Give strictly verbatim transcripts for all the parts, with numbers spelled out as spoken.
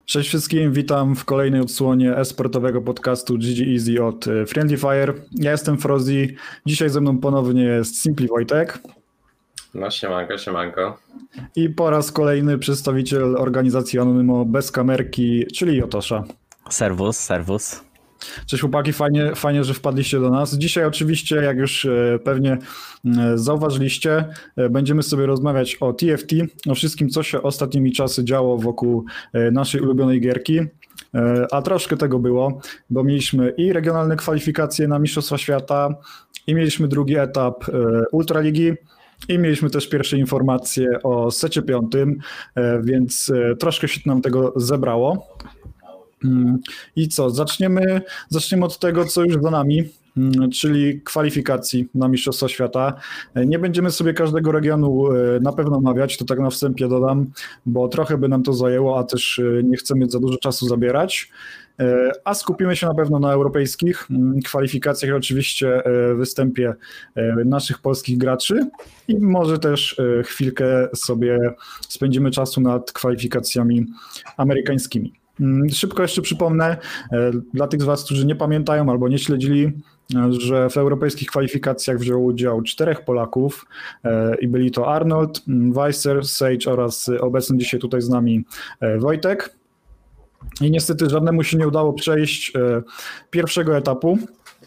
Cześć wszystkim, witam w kolejnej odsłonie e-sportowego podcastu G G Easy od Friendly Fire. Ja jestem Frozy, dzisiaj ze mną ponownie jest Simply Wojtek. No siemanko, siemanko. I po raz kolejny przedstawiciel organizacji Anonymo bez kamerki, czyli Jotosza. Serwus, serwus. Cześć chłopaki, fajnie, fajnie, że wpadliście do nas. Dzisiaj oczywiście, jak już pewnie zauważyliście, będziemy sobie rozmawiać o T F T, o wszystkim, co się ostatnimi czasy działo wokół naszej ulubionej gierki. A troszkę tego było, bo mieliśmy i regionalne kwalifikacje na Mistrzostwa Świata, i mieliśmy drugi etap Ultraligi, i mieliśmy też pierwsze informacje o secie piątym, więc troszkę się nam tego zebrało. I co, zaczniemy, zaczniemy od tego, co już za nami, czyli kwalifikacji na Mistrzostwa Świata. Nie będziemy sobie każdego regionu na pewno omawiać, to tak na wstępie dodam, bo trochę by nam to zajęło, a też nie chcemy za dużo czasu zabierać. A skupimy się na pewno na europejskich kwalifikacjach i oczywiście występie naszych polskich graczy i może też chwilkę sobie spędzimy czasu nad kwalifikacjami amerykańskimi. Szybko jeszcze przypomnę dla tych z Was, którzy nie pamiętają albo nie śledzili, że w europejskich kwalifikacjach wziął udział czterech Polaków i byli to Arnold, Weiser, Sage oraz obecny dzisiaj tutaj z nami Wojtek. I niestety żadnemu się nie udało przejść pierwszego etapu.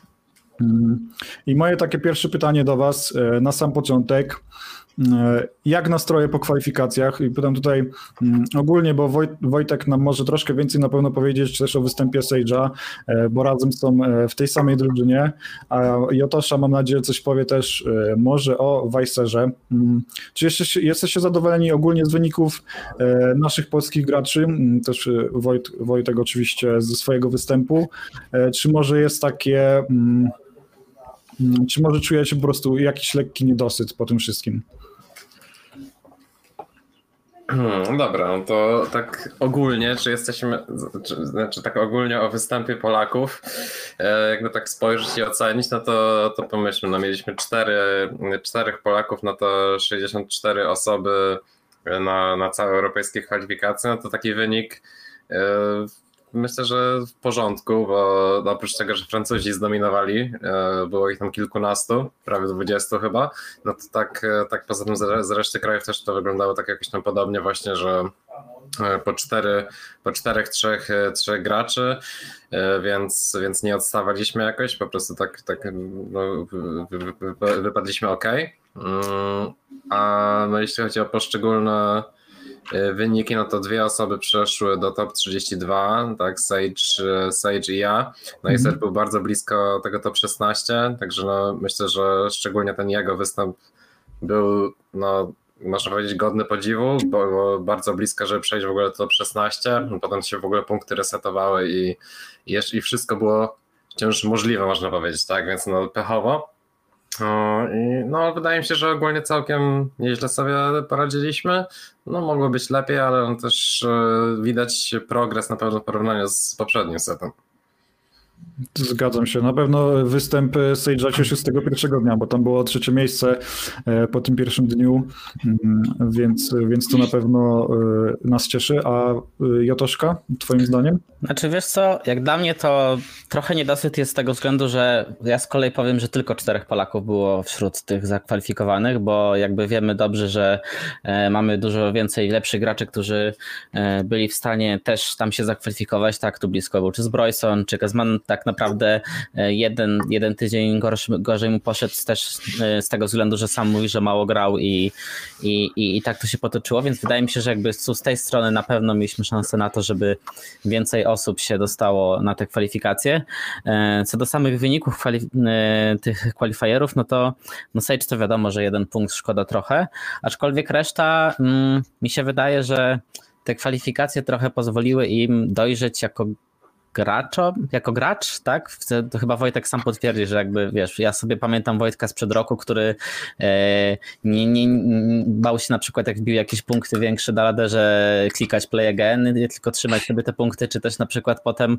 I moje takie pierwsze pytanie do Was na sam początek. Jak nastroje po kwalifikacjach? I pytam tutaj ogólnie, bo Woj, Wojtek nam może troszkę więcej na pewno powiedzieć też o występie Sage'a, bo razem są w tej samej drużynie, a Jotosza mam nadzieję coś powie też może o Weiserze. Czy jeszcze jesteście zadowoleni ogólnie z wyników naszych polskich graczy? Też Wojt, Wojtek oczywiście ze swojego występu. Czy może jest takie, czy może czujecie po prostu jakiś lekki niedosyt po tym wszystkim? Hmm, dobra, no to tak ogólnie, czy jesteśmy, czy, znaczy tak ogólnie o występie Polaków, jakby tak spojrzeć i ocenić, no to, to pomyślmy, no mieliśmy cztery, czterech Polaków, no to sześćdziesiąt cztery osoby na, na całe europejskie kwalifikacje, no to taki wynik myślę, że w porządku, bo oprócz tego, że Francuzi zdominowali, było ich tam kilkunastu, prawie dwudziestu chyba, no to tak, tak poza tym z reszty krajów też to wyglądało tak jakoś tam podobnie właśnie, że po cztery, po czterech, trzech, trzech graczy, więc, więc nie odstawaliśmy jakoś, po prostu tak, tak no, wypadliśmy ok. A no, jeśli chodzi o poszczególne wyniki, no to dwie osoby przeszły do top trzydzieści dwa, tak, Sage, Sage i ja. No i Sage był bardzo blisko tego top szesnaście, także no myślę, że szczególnie ten jego występ był, no można powiedzieć, godny podziwu, bo, bo bardzo blisko, żeby przejść w ogóle do top szesnaście, potem się w ogóle punkty resetowały i, i, jeszcze, i wszystko było wciąż możliwe, można powiedzieć, tak, więc no pechowo. I no wydaje mi się, że ogólnie całkiem nieźle sobie poradziliśmy. No mogło być lepiej, ale też widać progres na pewno w porównaniu z poprzednim setem. Zgadzam się. Na pewno występ Sage'a cieszy z tego pierwszego dnia, bo tam było trzecie miejsce po tym pierwszym dniu, więc, więc to na pewno nas cieszy. A Jotoszka, twoim zdaniem? Znaczy wiesz co, jak dla mnie to trochę niedosyt jest z tego względu, że ja z kolei powiem, że tylko czterech Polaków było wśród tych zakwalifikowanych, bo jakby wiemy dobrze, że mamy dużo więcej lepszych graczy, którzy byli w stanie też tam się zakwalifikować, tak, tu blisko był czy Zbrojson, czy Kazman, tak naprawdę jeden, jeden tydzień gorszy, gorzej mu poszedł też z tego względu, że sam mówi, że mało grał i, i, i, i tak to się potoczyło, więc wydaje mi się, że jakby z tej strony na pewno mieliśmy szansę na to, żeby więcej osób się dostało na te kwalifikacje. Co do samych wyników kwalif- tych qualifierów, no to no Sage to wiadomo, że jeden punkt szkoda trochę, aczkolwiek reszta mm, mi się wydaje, że te kwalifikacje trochę pozwoliły im dojrzeć jako graczom, jako gracz, tak? To chyba Wojtek sam potwierdzi, że jakby, wiesz, ja sobie pamiętam Wojtka sprzed roku, który e, nie, nie, nie bał się na przykład, jak wbił jakieś punkty większe na radarze, klikać play again, tylko trzymać sobie te punkty, czy też na przykład potem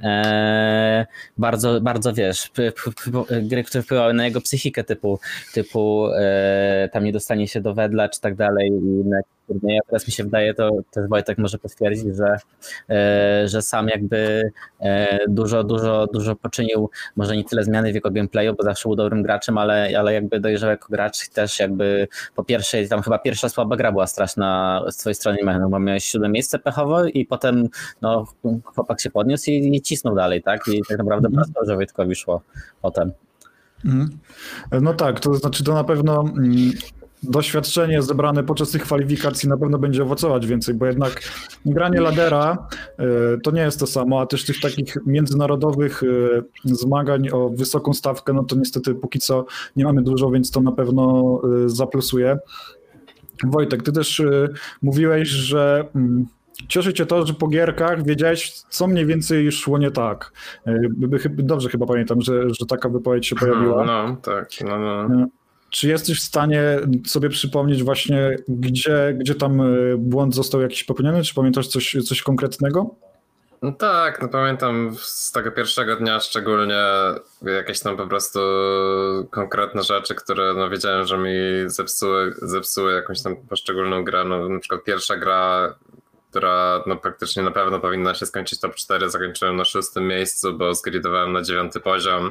e, bardzo, bardzo, wiesz, p, p, p, gry, które wpływały na jego psychikę, typu, typu e, tam nie dostanie się do wedla, czy tak dalej, i turnieje. Teraz mi się wydaje, to też Wojtek może potwierdzić, że, że sam jakby dużo, dużo, dużo poczynił, może nie tyle zmiany w jego gameplayu, bo zawsze był dobrym graczem, ale, ale jakby dojrzał jako gracz i też jakby po pierwszej, tam chyba pierwsza słaba gra była straszna z twojej strony, bo miałeś siódme miejsce pechowo i potem no, chłopak się podniósł i, i cisnął dalej, tak? I tak naprawdę bardzo dobrze Wojtkowi szło potem. No tak, to znaczy to na pewno doświadczenie zebrane podczas tych kwalifikacji na pewno będzie owocować więcej, bo jednak granie ladera to nie jest to samo, a też tych takich międzynarodowych zmagań o wysoką stawkę, no to niestety póki co nie mamy dużo, więc to na pewno zaplusuje. Wojtek, ty też mówiłeś, że cieszy cię to, że po gierkach wiedziałeś, co mniej więcej szło nie tak. Dobrze chyba pamiętam, że, że taka wypowiedź się pojawiła. No, tak. No, no. Czy jesteś w stanie sobie przypomnieć właśnie, gdzie, gdzie tam błąd został jakiś popełniony? Czy pamiętasz coś, coś konkretnego? No tak, no pamiętam z tego pierwszego dnia szczególnie jakieś tam po prostu konkretne rzeczy, które no wiedziałem, że mi zepsuły, zepsuły jakąś tam poszczególną grę. No, na przykład pierwsza gra, która no praktycznie na pewno powinna się skończyć top cztery, zakończyłem na szóstym miejscu, bo zgridowałem na dziewiąty poziom.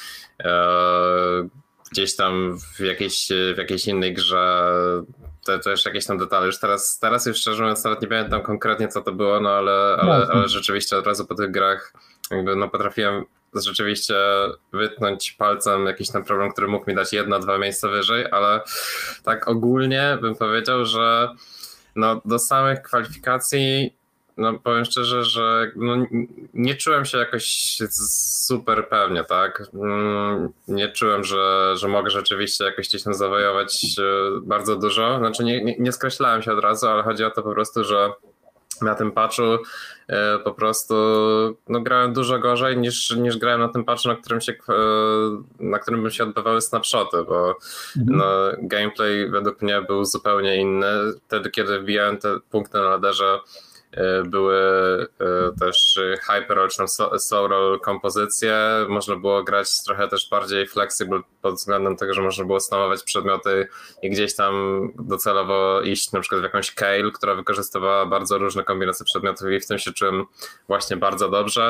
Gdzieś tam w jakiejś, w jakiejś innej grze to, to już jakieś tam detale. Już teraz, teraz już szczerze mówiąc nawet nie pamiętam konkretnie co to było, no ale, ale, ale rzeczywiście od razu po tych grach jakby no potrafiłem rzeczywiście wytknąć palcem jakiś tam problem, który mógł mi dać jedno, dwa miejsca wyżej, ale tak ogólnie bym powiedział, że no do samych kwalifikacji no powiem szczerze, że no nie czułem się jakoś super pewnie, tak? Nie czułem, że, że mogę rzeczywiście jakoś gdzieś tam zawojować bardzo dużo. Znaczy nie, nie, nie skreślałem się od razu, ale chodzi o to po prostu, że na tym patchu po prostu no, grałem dużo gorzej niż, niż grałem na tym patchu, na którym się na którym by się odbywały snapshoty, bo mhm. no, gameplay według mnie był zupełnie inny. Wtedy, kiedy wbijałem te punkty na laderze, były też hyper roll, slow roll kompozycje, można było grać trochę też bardziej flexible pod względem tego, że można było spamować przedmioty i gdzieś tam docelowo iść na przykład w jakąś Kale, która wykorzystywała bardzo różne kombinacje przedmiotów i w tym się czułem właśnie bardzo dobrze.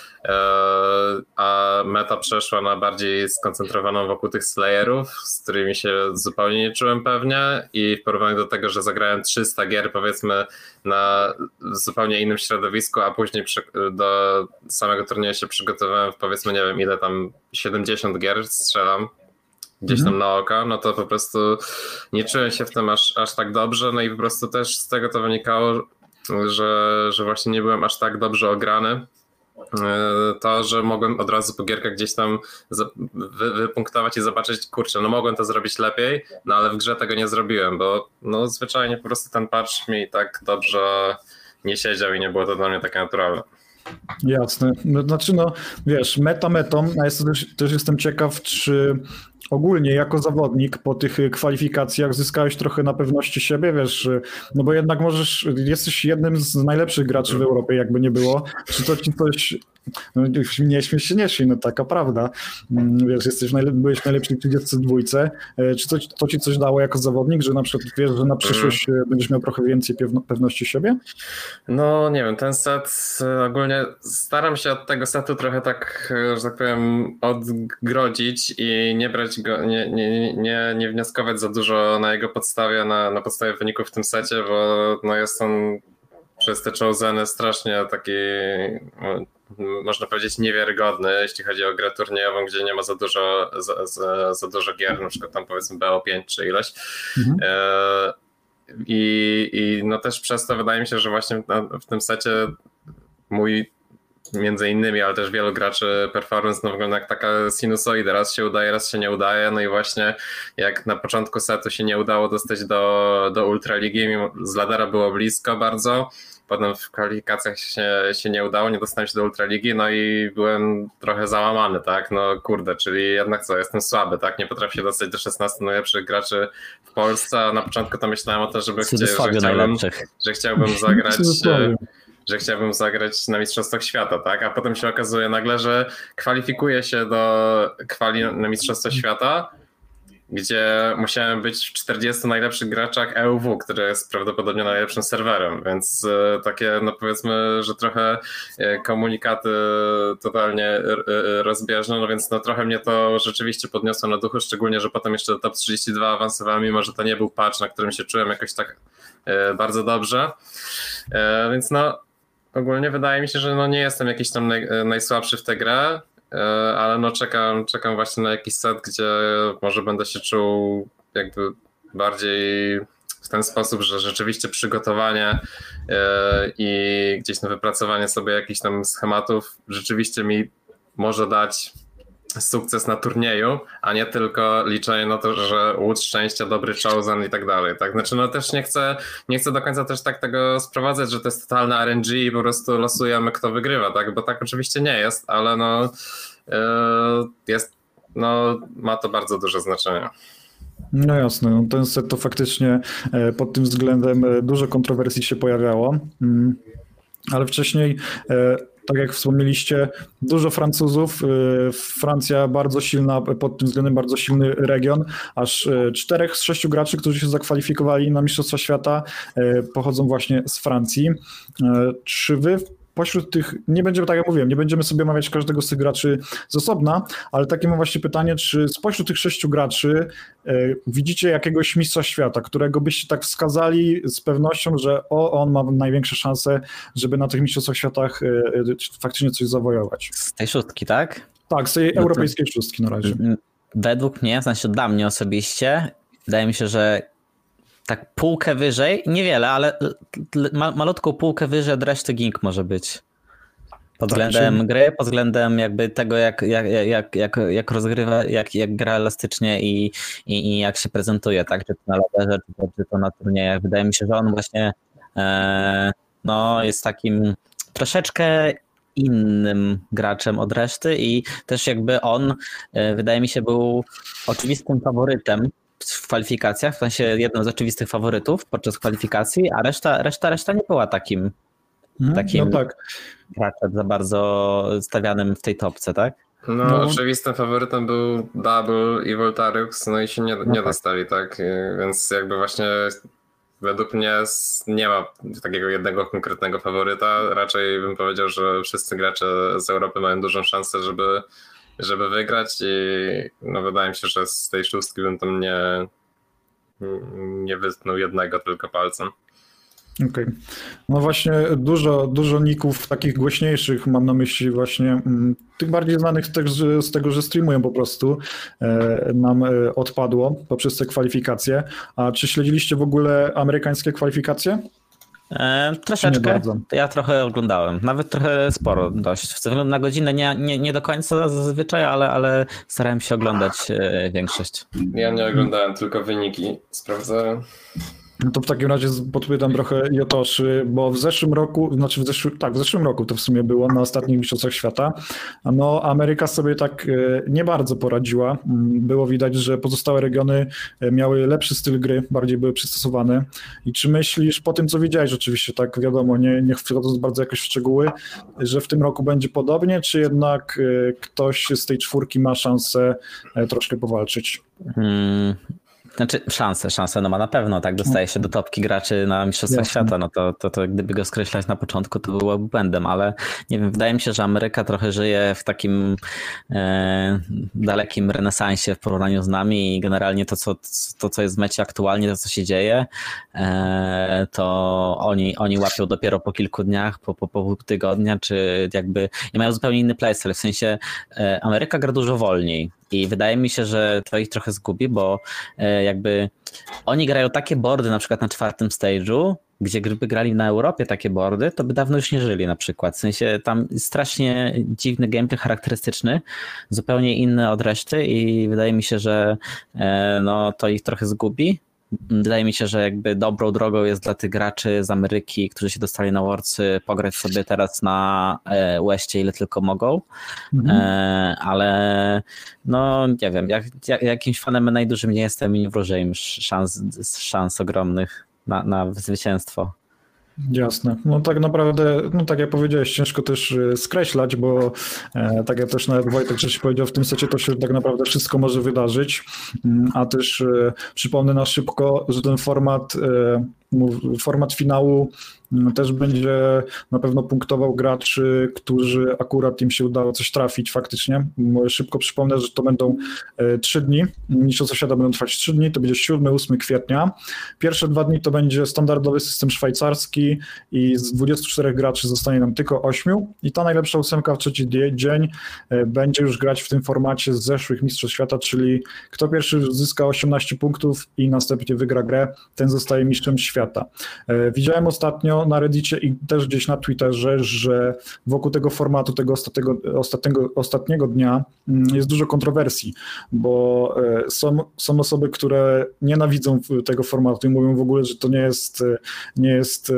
A meta przeszła na bardziej skoncentrowaną wokół tych slayerów, z którymi się zupełnie nie czułem pewnie i w porównaniu do tego, że zagrałem trzysta gier powiedzmy na zupełnie innym środowisku, a później do samego turnieju się przygotowałem w powiedzmy nie wiem ile tam siedemdziesiąt gier strzelam gdzieś tam na oko, no to po prostu nie czułem się w tym aż, aż tak dobrze, no i po prostu też z tego to wynikało, że, że właśnie nie byłem aż tak dobrze ograny. To, że mogłem od razu po gierkach gdzieś tam wy, wypunktować i zobaczyć, kurczę, no mogłem to zrobić lepiej, no ale w grze tego nie zrobiłem, bo no zwyczajnie po prostu ten patch mi tak dobrze nie siedział i nie było to dla mnie takie naturalne. Jasne. No, znaczy no, wiesz, meta metą, a ja też, też jestem ciekaw, czy ogólnie jako zawodnik po tych kwalifikacjach zyskałeś trochę na pewności siebie, wiesz, no bo jednak możesz, jesteś jednym z najlepszych graczy w Europie, jakby nie było. Czy to ci coś, no nie śmiesz się, nie śmiej, no taka prawda, wiesz, jesteś najlep- byłeś najlepszy w trzydziestce dwójce. Czy to, to ci coś dało jako zawodnik, że na przykład wiesz, że na przyszłość będziesz miał trochę więcej pewno- pewności siebie? No nie wiem, ten set ogólnie staram się od tego setu trochę tak, że tak powiem, odgrodzić i nie brać go, nie, nie, nie, nie wnioskować za dużo na jego podstawie, na, na podstawie wyników w tym secie, bo no jest on przez te Choseny strasznie taki, można powiedzieć, niewiarygodny, jeśli chodzi o grę turniejową, gdzie nie ma za dużo, za, za, za dużo gier, na przykład tam powiedzmy B O pięć czy ileś. Mhm. E, i, I no też przez to wydaje mi się, że właśnie w tym secie mój między innymi, ale też wielu graczy performance no wygląda jak taka sinusoida, raz się udaje, raz się nie udaje, no i właśnie jak na początku setu się nie udało dostać do, do Ultraligi, mimo z ladera było blisko bardzo, potem w kwalifikacjach się, się nie udało, nie dostałem się do Ultraligi, no i byłem trochę załamany, tak, no kurde, czyli jednak co, jestem słaby, tak, nie potrafię się dostać do szesnastu najlepszych graczy w Polsce, a na początku to myślałem o tym, żeby chcie, że, chciałbym, że chciałbym zagrać że chciałbym zagrać na Mistrzostwach Świata, tak? A potem się okazuje nagle, że kwalifikuję się do kwali na Mistrzostwa Świata gdzie musiałem być w czterdziestu najlepszych graczach E U W, który jest prawdopodobnie najlepszym serwerem, więc takie, no powiedzmy, że trochę komunikaty totalnie rozbieżne, no więc no trochę mnie to rzeczywiście podniosło na duchu, szczególnie, że potem jeszcze do top trzydzieści dwa awansowałem, mimo że to nie był patch, na którym się czułem jakoś tak bardzo dobrze, więc no ogólnie wydaje mi się, że no nie jestem jakiś tam naj, najsłabszy w tę grę, ale no czekam, czekam właśnie na jakiś set, gdzie może będę się czuł jakby bardziej w ten sposób, że rzeczywiście przygotowanie i gdzieś na wypracowanie sobie jakichś tam schematów rzeczywiście mi może dać sukces na turnieju, a nie tylko liczenie na to, że łódź szczęścia, dobry chosen i tak dalej. Tak? Znaczy no też nie chcę, nie chcę do końca też tak tego sprowadzać, że to jest totalne R N G i po prostu losujemy, kto wygrywa, tak? Bo tak oczywiście nie jest, ale no jest, no ma to bardzo duże znaczenie. No jasne, no ten set to faktycznie pod tym względem dużo kontrowersji się pojawiało, ale wcześniej, tak jak wspomnieliście, dużo Francuzów, Francja bardzo silna, pod tym względem bardzo silny region, aż czterech z sześciu graczy, którzy się zakwalifikowali na Mistrzostwa Świata, pochodzą właśnie z Francji. Czy wy pośród tych, nie będziemy, tak jak mówiłem, nie będziemy sobie omawiać każdego z tych graczy z osobna, ale takie mam właśnie pytanie, czy spośród tych sześciu graczy y, widzicie jakiegoś mistrza świata, którego byście tak wskazali z pewnością, że o, on ma największe szanse, żeby na tych mistrzostwach światach y, y, faktycznie coś zawojować? Z tej szóstki, tak? Tak, z tej no europejskiej to... szóstki na razie. Według mnie, w sensie dla mnie osobiście, wydaje mi się, że tak półkę wyżej, niewiele, ale ma, malutką półkę wyżej od reszty Ging może być. Pod względem gry, pod względem jakby tego, jak, jak, jak, jak, jak rozgrywa, jak, jak gra elastycznie i, i, i jak się prezentuje, tak? Czy to na laderze, czy to na turniejach. Wydaje mi się, że on właśnie e, no, jest takim troszeczkę innym graczem od reszty i też jakby on, e, wydaje mi się, był oczywistym faworytem w kwalifikacjach, w sensie jednym z oczywistych faworytów podczas kwalifikacji, a reszta, reszta, reszta nie była takim, hmm, takim no tak. graczem za bardzo stawianym w tej topce, tak? No, no oczywistym faworytem był Double i Voltarix, no i się nie, nie no tak. dostali, tak? Więc jakby właśnie według mnie nie ma takiego jednego konkretnego faworyta. Raczej bym powiedział, że wszyscy gracze z Europy mają dużą szansę, żeby żeby wygrać i no wydaje mi się, że z tej szóstki bym tam nie, nie wytknął jednego tylko palcem. Okej. Okay. No właśnie dużo, dużo ników takich głośniejszych, mam na myśli właśnie tych bardziej znanych też z tego, że streamują po prostu, nam odpadło poprzez te kwalifikacje. A czy śledziliście w ogóle amerykańskie kwalifikacje? E, troszeczkę, ja trochę oglądałem, nawet trochę sporo dość, ze względu na godzinę nie, nie, nie do końca zazwyczaj, ale, ale starałem się oglądać e, większość. Ja nie oglądałem, tylko wyniki sprawdzałem. No to w takim razie podpytam trochę Jotoszy, bo w zeszłym roku, znaczy w zeszłym, tak, w zeszłym roku to w sumie było na ostatnich mistrzostwach świata, no Ameryka sobie tak nie bardzo poradziła. Było widać, że pozostałe regiony miały lepszy styl gry, bardziej były przystosowane. I czy myślisz, po tym co widziałeś oczywiście, tak wiadomo, nie, nie wchodząc bardzo jakoś w szczegóły, że w tym roku będzie podobnie, czy jednak ktoś z tej czwórki ma szansę troszkę powalczyć? Hmm. Znaczy szanse, szanse no ma na pewno, tak, dostaje się do topki graczy na Mistrzostwach Jasne. Świata, no to, to, to gdyby go skreślać na początku, to byłoby błędem, ale nie wiem, wydaje mi się, że Ameryka trochę żyje w takim e, dalekim renesansie w porównaniu z nami i generalnie to co, to, co jest w mecie aktualnie, to co się dzieje, e, to oni, oni łapią dopiero po kilku dniach, po, po, po pół tygodnia, czy jakby nie mają zupełnie inny playstyle, w sensie e, Ameryka gra dużo wolniej. I wydaje mi się, że to ich trochę zgubi, bo jakby oni grają takie boardy na przykład na czwartym stage'u, gdzie gdyby grali na Europie takie boardy, to by dawno już nie żyli na przykład. W sensie tam strasznie dziwny gameplay charakterystyczny, zupełnie inny od reszty i wydaje mi się, że no, to ich trochę zgubi. Wydaje mi się, że jakby dobrą drogą jest dla tych graczy z Ameryki, którzy się dostali na Worldsy, pograć sobie teraz na Westie ile tylko mogą, mhm. ale no nie wiem, jak, jak, jakimś fanem najdużym nie jestem i nie wróżę im szans, szans ogromnych na, na zwycięstwo. Jasne. No tak naprawdę, no tak jak powiedziałeś, ciężko też skreślać, bo e, tak jak też nawet Wojtek wcześniej powiedział, w tym secie to się tak naprawdę wszystko może wydarzyć, a też e, przypomnę na szybko, że ten format, e, format finału też będzie na pewno punktował graczy, którzy akurat im się udało coś trafić faktycznie. Szybko przypomnę, że to będą trzy dni, Mistrzostwa Świata będą trwać trzy dni, to będzie siódmego ósmego kwietnia. Pierwsze dwa dni to będzie standardowy system szwajcarski i z dwudziestu czterech graczy zostanie nam tylko ośmiu i ta najlepsza ósemka w trzeci dzień będzie już grać w tym formacie z zeszłych Mistrzostw Świata, czyli kto pierwszy zyska osiemnaście punktów i następnie wygra grę, ten zostaje mistrzem świata. Widziałem ostatnio na Reddicie i też gdzieś na Twitterze, że wokół tego formatu, tego ostatniego, ostatniego, ostatniego dnia jest dużo kontrowersji, bo są, są osoby, które nienawidzą tego formatu i mówią w ogóle, że to nie jest, nie jest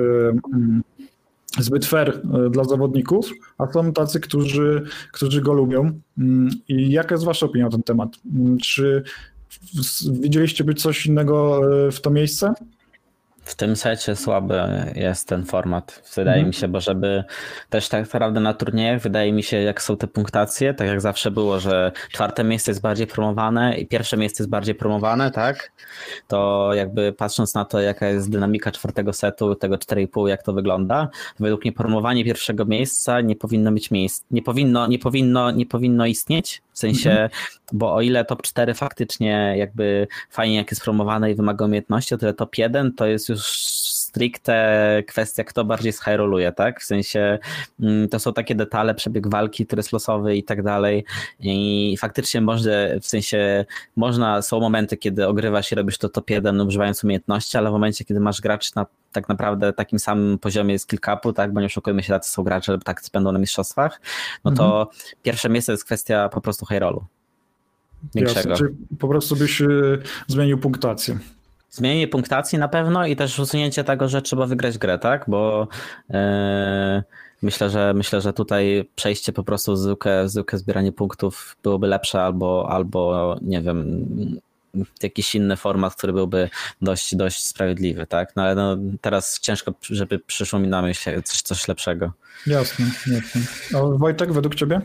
zbyt fair dla zawodników, a są tacy, którzy, którzy go lubią. I jaka jest wasza opinia na ten temat? Czy widzieliście być coś innego w to miejsce? W tym secie słaby jest ten format, wydaje mhm. mi się, bo żeby też tak naprawdę na turniejach, wydaje mi się, jak są te punktacje, tak jak zawsze było, że czwarte miejsce jest bardziej promowane i pierwsze miejsce jest bardziej promowane, tak? To jakby patrząc na to, jaka jest dynamika czwartego setu, tego cztery i pół, jak to wygląda, to według mnie promowanie pierwszego miejsca nie powinno mieć miejsc, nie powinno, nie powinno, nie powinno istnieć, w sensie, mhm. bo o ile top cztery faktycznie jakby fajnie jak jest promowane i wymaga umiejętności, o tyle top jeden to jest już stricte kwestia, kto bardziej zhyroluje, tak? W sensie to są takie detale, przebieg walki, który jest losowy i tak dalej i faktycznie można, w sensie można, są momenty, kiedy ogrywasz i robisz to top jeden używając umiejętności, ale w momencie, kiedy masz gracz na tak naprawdę takim samym poziomie skill capu, tak, bo nie oszukujmy się, tacy są gracze, tak będą na mistrzostwach, no to mhm. pierwsze miejsce jest kwestia po prostu high rollu. Większego. Jasne, czyli po prostu byś zmienił punktację. Zmienienie punktacji na pewno i też usunięcie tego, że trzeba wygrać grę, tak? Bo yy, myślę, że myślę, że tutaj przejście po prostu w zwykłe, w zwykłe zbieranie punktów byłoby lepsze albo, albo nie wiem, jakiś inny format, który byłby dość, dość sprawiedliwy, tak? No ale no, teraz ciężko, żeby przyszło mi na myśl coś, coś lepszego. Jasne, jasne. A Wojtek, według ciebie?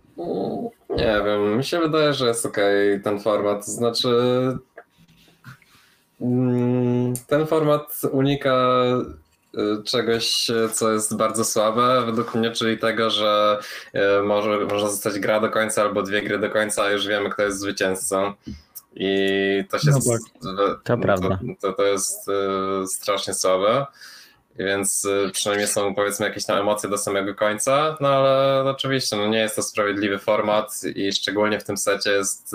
Nie wiem, mi się wydaje, że jest okej okay ten format, to znaczy ten format unika czegoś, co jest bardzo słabe według mnie, czyli tego, że może, może zostać gra do końca albo dwie gry do końca, a już wiemy, kto jest zwycięzcą. I to się no tak. to, prawda. To, to jest strasznie słabe. Więc przynajmniej są powiedzmy jakieś tam emocje do samego końca, no ale oczywiście no nie jest to sprawiedliwy format i szczególnie w tym secie jest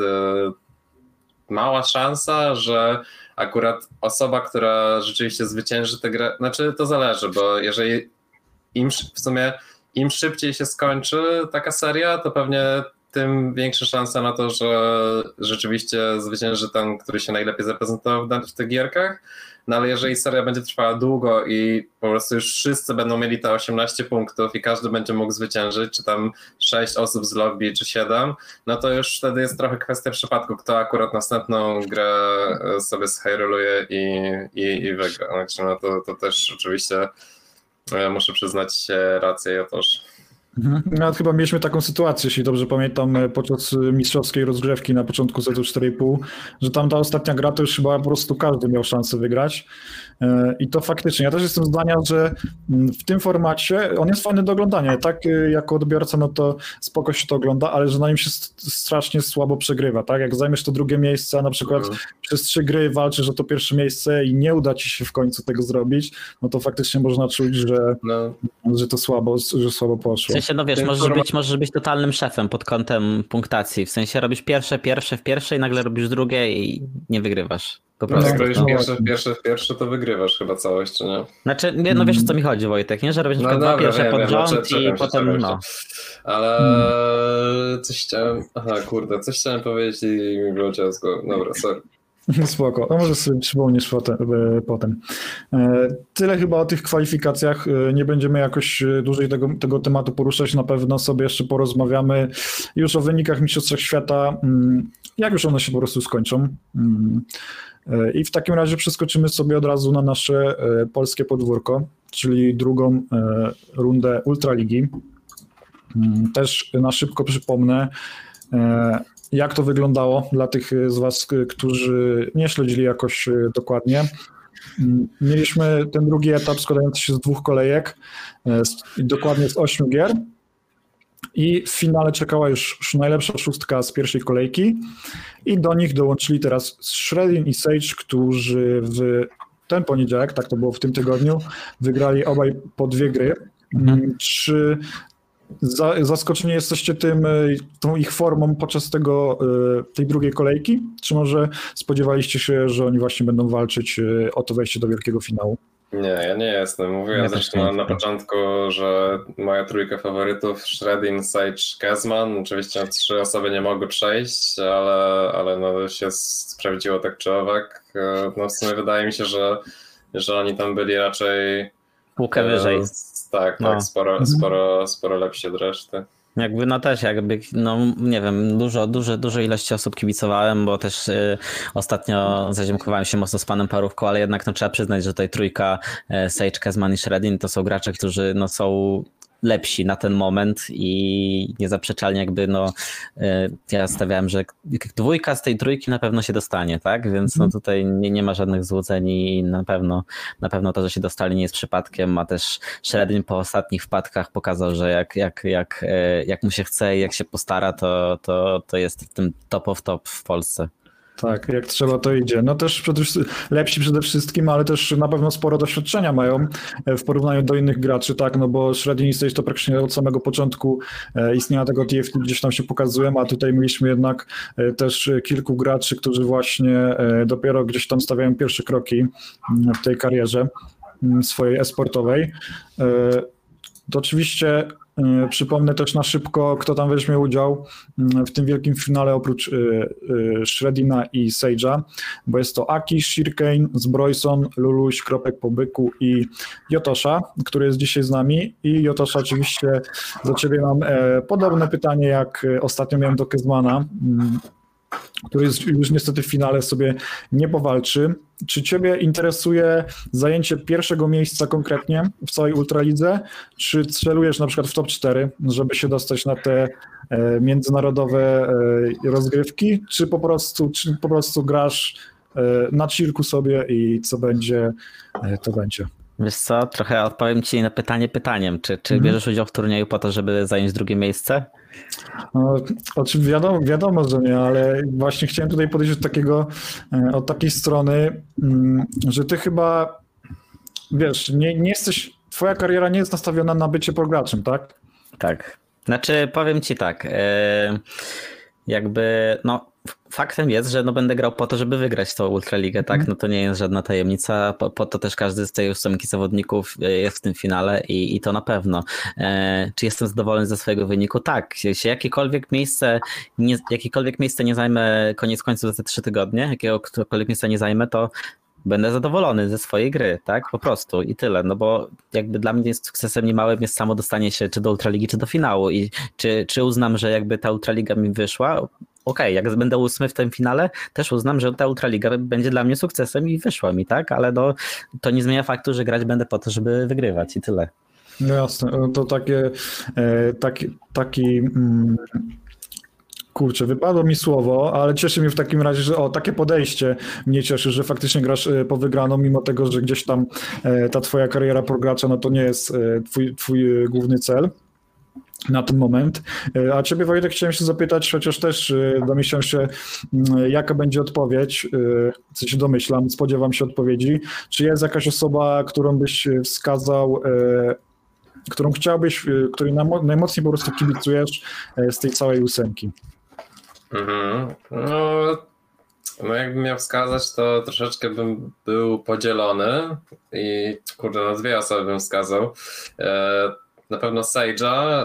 mała szansa, że akurat osoba, która rzeczywiście zwycięży tę grę, znaczy to zależy, bo jeżeli im w sumie im szybciej się skończy taka seria, to pewnie tym większa szansa na to, że rzeczywiście zwycięży ten, który się najlepiej zaprezentował w tych gierkach. No ale jeżeli seria będzie trwała długo i po prostu już wszyscy będą mieli te osiemnaście punktów i każdy będzie mógł zwyciężyć, czy tam sześć osób z lobby, czy siedem, no to już wtedy jest trochę kwestia przypadku, kto akurat następną grę sobie zhyroluje i, i, i wygra. Znaczy, no to, to też oczywiście muszę przyznać rację, ja też. No, chyba mieliśmy taką sytuację, jeśli dobrze pamiętam, podczas mistrzowskiej rozgrzewki na początku setu cztery i pół, że tam ta ostatnia gra to już chyba po prostu każdy miał szansę wygrać. I to faktycznie, ja też jestem zdania, że w tym formacie on jest fajny do oglądania, tak jako odbiorca, no to spoko się to ogląda, ale że na nim się strasznie słabo przegrywa, tak? Jak zajmiesz to drugie miejsce, a na przykład mhm. przez trzy gry walczysz o to pierwsze miejsce i nie uda ci się w końcu tego zrobić, no to faktycznie można czuć, że, no. że to słabo, że słabo poszło. W sensie, no wiesz, możesz być, możesz być totalnym szefem pod kątem punktacji, w sensie robisz pierwsze, pierwsze w pierwszej, nagle robisz drugie i nie wygrywasz. Po prostu. Jak robisz pierwsze, pierwsze, pierwsze, to wygrywasz chyba całość, czy nie? Znaczy, nie, no wiesz, o co mi chodzi, Wojtek, nie? Że robisz no dwa pierwsze pod rząd no, i się, potem no. Ale hmm. coś chciałem, aha kurde, coś chciałem powiedzieć i mi wyleciało z głowy. Dobra, sorry. Spoko, no może sobie przypomnisz potem. potem. Tyle chyba o tych kwalifikacjach. Nie będziemy jakoś dłużej tego, tego tematu poruszać. Na pewno sobie jeszcze porozmawiamy już o wynikach Mistrzostw Świata, jak już one się po prostu skończą. I w takim razie przeskoczymy sobie od razu na nasze polskie podwórko, czyli drugą rundę Ultraligi. Też na szybko przypomnę, jak to wyglądało dla tych z Was, którzy nie śledzili jakoś dokładnie. Mieliśmy ten drugi etap składający się z dwóch kolejek, dokładnie z ośmiu gier i w finale czekała już najlepsza szóstka z pierwszej kolejki i do nich dołączyli teraz Shredin i Sage, którzy w ten poniedziałek, tak to było w tym tygodniu, wygrali obaj po dwie gry. Mhm. Czy zaskoczeni jesteście tym, tą ich formą podczas tego, tej drugiej kolejki? Czy może spodziewaliście się, że oni właśnie będą walczyć o to wejście do wielkiego finału? Nie, ja nie jestem. Mówiłem ja zresztą na, na początku, że moja trójka faworytów Shredin, Sage, Kezman. Oczywiście trzy osoby nie mogły przejść, ale, ale no się sprawdziło tak czy owak. No w sumie wydaje mi się, że, że oni tam byli raczej półkę wyżej. Tak, no. tak, sporo, sporo, sporo lepsi od reszty. Jakby no też jakby, no nie wiem, dużo, duże, duże ilości osób kibicowałem, bo też y, ostatnio zaziomkowałem się mocno z panem Parówką, ale jednak no trzeba przyznać, że tutaj trójka y, Sage, Kezman i Shredin to są gracze, którzy no są lepsi na ten moment i niezaprzeczalnie jakby no ja stawiałem, że dwójka z tej trójki na pewno się dostanie, tak? Więc no tutaj nie, nie ma żadnych złudzeń i na pewno na pewno to, że się dostali nie jest przypadkiem, a też Shredin po ostatnich wpadkach pokazał, że jak, jak, jak, jak mu się chce i jak się postara, to, to, to jest w tym top of top w Polsce. Tak, jak trzeba to idzie. No też przede, lepsi przede wszystkim, ale też na pewno sporo doświadczenia mają w porównaniu do innych graczy, tak, no bo Shredin i Sage to praktycznie od samego początku istnienia tego T F T gdzieś tam się pokazują, a tutaj mieliśmy jednak też kilku graczy, którzy właśnie dopiero gdzieś tam stawiają pierwsze kroki w tej karierze swojej e-sportowej. To oczywiście przypomnę też na szybko, kto tam weźmie udział w tym wielkim finale oprócz Shredina i Sage'a, bo jest to Aki, Shirkane, Zbrojson, Luluś, Kropek po byku i Jotosza, który jest dzisiaj z nami. I Jotosza, oczywiście do ciebie mam podobne pytanie, jak ostatnio miałem do Kezmana, który już niestety w finale sobie nie powalczy. Czy ciebie interesuje zajęcie pierwszego miejsca konkretnie w całej Ultralidze, czy celujesz na przykład w top cztery, żeby się dostać na te międzynarodowe rozgrywki, czy po prostu, czy po prostu grasz na chillku sobie i co będzie, to będzie? Wiesz co, trochę odpowiem ci na pytanie pytaniem. Czy, czy mhm. bierzesz udział w turnieju po to, żeby zająć drugie miejsce? No, oczywiście wiadomo, wiadomo, że nie, ale właśnie chciałem tutaj podejść od takiego, od takiej strony, że ty chyba, wiesz, nie, nie jesteś, twoja kariera nie jest nastawiona na bycie prograczem, tak? Tak. Znaczy, powiem ci tak, jakby, no faktem jest, że no będę grał po to, żeby wygrać tą Ultraligę, tak? No to nie jest żadna tajemnica, po, po to też każdy z tej ósemki zawodników jest w tym finale i, i to na pewno. E, czy jestem zadowolony ze swojego wyniku? Tak. Jeśli jakiekolwiek miejsce nie, jakiekolwiek miejsce nie zajmę koniec końców za te trzy tygodnie, jakiegokolwiek miejsca nie zajmę, to będę zadowolony ze swojej gry, tak? Po prostu i tyle, no bo jakby dla mnie jest sukcesem niemałym jest samo dostanie się czy do Ultraligi, czy do finału i czy, czy uznam, że jakby ta Ultraliga mi wyszła, okej, okay, jak będę ósmy w tym finale, też uznam, że ta Ultraliga będzie dla mnie sukcesem i wyszła mi, tak? Ale no, to nie zmienia faktu, że grać będę po to, żeby wygrywać i tyle. No jasne, to takie, taki, taki mm, kurczę, wypadło mi słowo, ale cieszy mnie w takim razie, że o, takie podejście mnie cieszy, że faktycznie grasz po wygraną, mimo tego, że gdzieś tam ta twoja kariera progracza, no to nie jest twój, twój główny cel na ten moment. A ciebie, Wojtek, chciałem się zapytać, chociaż też domyślam się, jaka będzie odpowiedź, co się domyślam, spodziewam się odpowiedzi. Czy jest jakaś osoba, którą byś wskazał, którą chciałbyś, której najmocniej po prostu kibicujesz z tej całej ósemki? Mhm. No, no jakbym miał wskazać, to troszeczkę bym był podzielony i kurde, no dwie osoby bym wskazał. Na pewno Sage'a,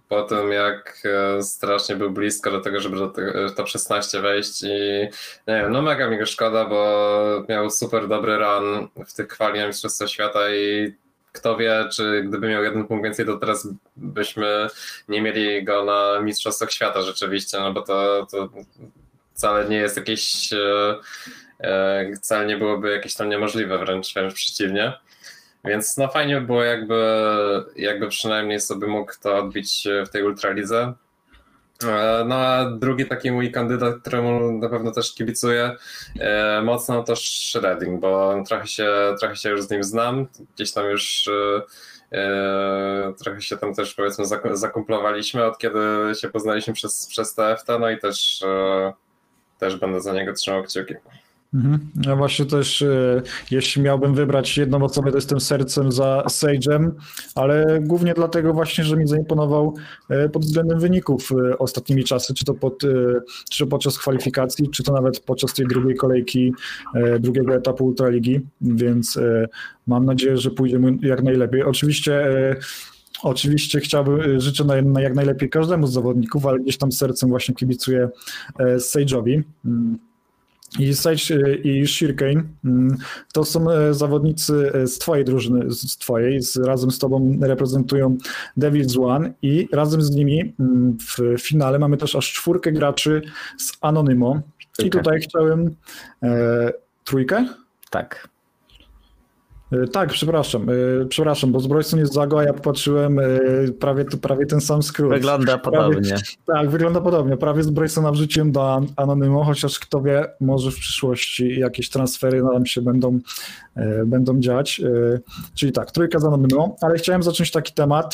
po tym, jak strasznie był blisko do tego, żeby do tego top szesnaście wejść i nie wiem, no mega mi go szkoda, bo miał super dobry run w tych kwali na Mistrzostwa Świata i kto wie, czy gdyby miał jeden punkt więcej, to teraz byśmy nie mieli go na Mistrzostwach Świata rzeczywiście, no bo to, to wcale nie jest jakieś, wcale nie byłoby jakieś tam niemożliwe, wręcz, wręcz przeciwnie. Więc no fajnie by było, jakby, jakby przynajmniej sobie mógł to odbić w tej Ultralidze. No a drugi taki mój kandydat, któremu na pewno też kibicuję mocno, to Shredding, bo trochę się, trochę się już z nim znam, gdzieś tam już trochę się tam też powiedzmy zakumplowaliśmy, od kiedy się poznaliśmy przez, przez T F T, no i też, też będę za niego trzymał kciuki. Mhm. Ja właśnie też, jeśli miałbym wybrać jedną osobę, to jestem sercem za Sage'em, ale głównie dlatego właśnie, że mi zaimponował pod względem wyników ostatnimi czasy, czy to, pod, czy to podczas kwalifikacji, czy to nawet podczas tej drugiej kolejki, drugiego etapu Ultraligi, więc mam nadzieję, że pójdzie mu jak najlepiej. Oczywiście Oczywiście chciałbym, życzę na, na jak najlepiej każdemu z zawodników, ale gdzieś tam sercem właśnie kibicuję Sage'owi. I Sage i Shirkane to są zawodnicy z twojej drużyny, z twojej, z, razem z tobą reprezentują Devil's One i razem z nimi w finale mamy też aż czwórkę graczy z Anonymo. I tutaj chciałem e, trójkę? Tak. Tak, przepraszam, przepraszam, bo Zbrojson jest Zago, a ja popatrzyłem prawie, prawie ten sam skrót. Wygląda podobnie. Prawie, tak, wygląda podobnie. Prawie Zbrojsona wrzuciłem do Anonymo, chociaż kto wie, może w przyszłości jakieś transfery nam się będą, będą dziać. Czyli tak, trójka z Anonymo, ale chciałem zacząć taki temat.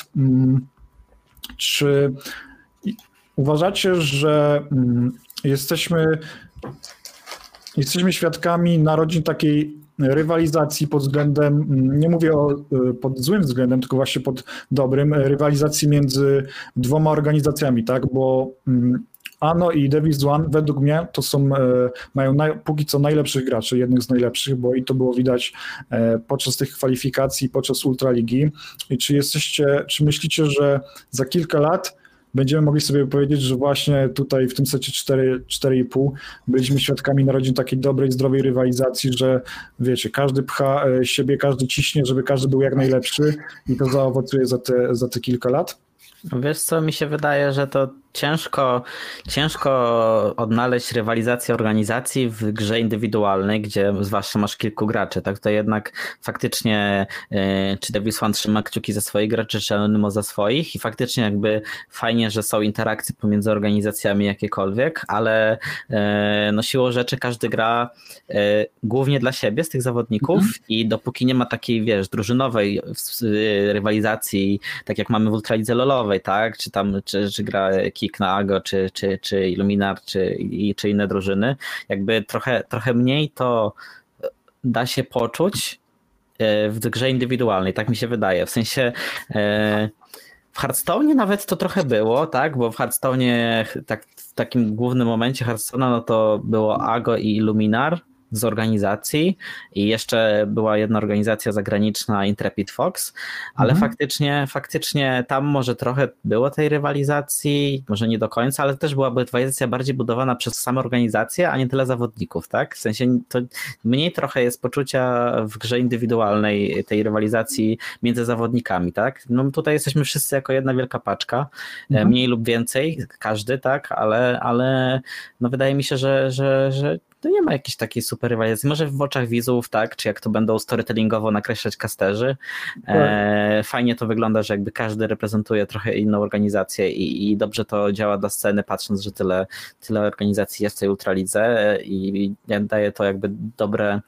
Czy uważacie, że jesteśmy, jesteśmy świadkami narodzin takiej rywalizacji pod względem, nie mówię o pod złym względem, tylko właśnie pod dobrym, rywalizacji między dwoma organizacjami, tak, bo Ano i Devil's One według mnie to są, mają naj, póki co najlepszych graczy, jednych z najlepszych, bo i to było widać podczas tych kwalifikacji, podczas Ultraligi. I czy jesteście, czy myślicie, że za kilka lat będziemy mogli sobie powiedzieć, że właśnie tutaj w tym secie cztery, cztery i pół byliśmy świadkami narodzin takiej dobrej, zdrowej rywalizacji, że wiecie, każdy pcha siebie, każdy ciśnie, żeby każdy był jak najlepszy i to zaowocuje za te, za te kilka lat? Wiesz co, mi się wydaje, że to ciężko, ciężko odnaleźć rywalizację organizacji w grze indywidualnej, gdzie zwłaszcza masz kilku graczy. Tak, to jednak faktycznie czy Devil's One trzyma kciuki za swoich graczy, czy Anonymo za swoich i faktycznie jakby fajnie, że są interakcje pomiędzy organizacjami jakiekolwiek, ale no siłą rzeczy każdy gra głównie dla siebie z tych zawodników mhm. i dopóki nie ma takiej, wiesz, drużynowej rywalizacji, tak jak mamy w Ultralidze lolowej, tak, czy tam, czy, czy gra Kick na Ago, czy, czy, czy Illuminar, czy, czy inne drużyny, jakby trochę, trochę mniej to da się poczuć w grze indywidualnej, tak mi się wydaje, w sensie w Hearthstone'ie nawet to trochę było, tak, bo w Hearthstone'ie tak, w takim głównym momencie Hearthstone'a no to było Ago i Illuminar z organizacji i jeszcze była jedna organizacja zagraniczna Intrepid Fox, ale mhm. faktycznie, faktycznie tam może trochę było tej rywalizacji, może nie do końca, ale też była rywalizacja bardziej budowana przez same organizacje, a nie tyle zawodników, tak? W sensie to mniej trochę jest poczucia w grze indywidualnej tej rywalizacji między zawodnikami, tak? No tutaj jesteśmy wszyscy jako jedna wielka paczka, mhm. mniej lub więcej, każdy, tak? Ale, ale no wydaje mi się, że, że, że to nie ma jakiejś takiej super rywalizacji. Może w oczach widzów, tak, czy jak to będą storytellingowo nakreślać casterzy. E, fajnie to wygląda, że jakby każdy reprezentuje trochę inną organizację i, i dobrze to działa dla sceny, patrząc, że tyle, tyle organizacji jest w tej Ultralidze i, i daje to jakby dobre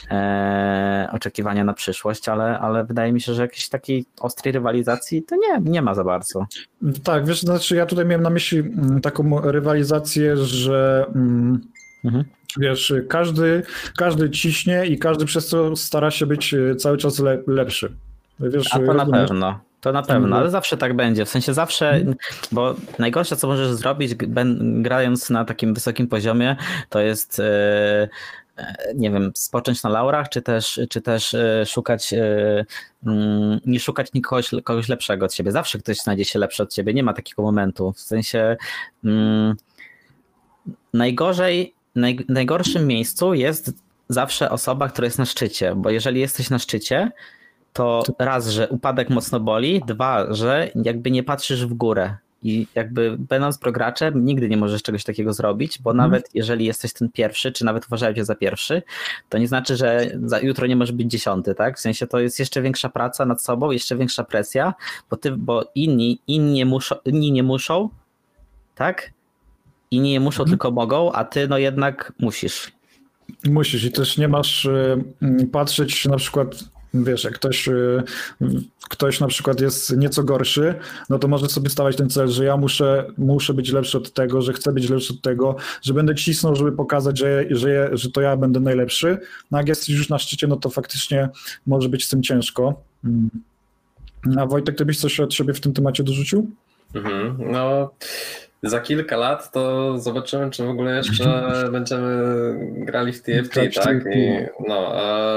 e, oczekiwania na przyszłość, ale, ale wydaje mi się, że jakiejś takiej ostrej rywalizacji to nie, nie ma za bardzo. Tak, wiesz, znaczy ja tutaj miałem na myśli taką rywalizację, że mm, mhm. wiesz, każdy, każdy ciśnie i każdy przez to stara się być cały czas le, lepszy. Wiesz, A to na pewno. To na pewno, ale zawsze tak będzie. W sensie zawsze, bo najgorsze, co możesz zrobić grając na takim wysokim poziomie, to jest nie wiem, spocząć na laurach, czy też, czy też szukać, nie szukać nikogoś kogoś lepszego od siebie. Zawsze ktoś znajdzie się lepszy od ciebie, nie ma takiego momentu. W sensie najgorzej, naj, najgorszym miejscu jest zawsze osoba, która jest na szczycie, bo jeżeli jesteś na szczycie, to raz, że upadek mocno boli, dwa, że jakby nie patrzysz w górę. I jakby będąc prograczem nigdy nie możesz czegoś takiego zrobić, bo hmm. nawet jeżeli jesteś ten pierwszy, czy nawet uważają cię za pierwszy, to nie znaczy, że za jutro nie możesz być dziesiąty, tak? W sensie to jest jeszcze większa praca nad sobą, jeszcze większa presja, bo, ty, bo inni, inni, muszą, inni nie muszą, tak? Inni nie muszą, hmm. tylko mogą, a ty no jednak musisz. Musisz i też nie masz y, patrzeć na przykład, wiesz, jak ktoś, y, ktoś na przykład jest nieco gorszy, no to może sobie stawiać ten cel, że ja muszę, muszę być lepszy od tego, że chcę być lepszy od tego, że będę cisnął, żeby pokazać, że, że, że to ja będę najlepszy. No jak jesteś już na szczycie, no to faktycznie może być z tym ciężko. A Wojtek, ty byś coś od siebie w tym temacie dorzucił? Mhm, no... Za kilka lat to zobaczymy, czy w ogóle jeszcze będziemy grali w T F T, tak? I, no,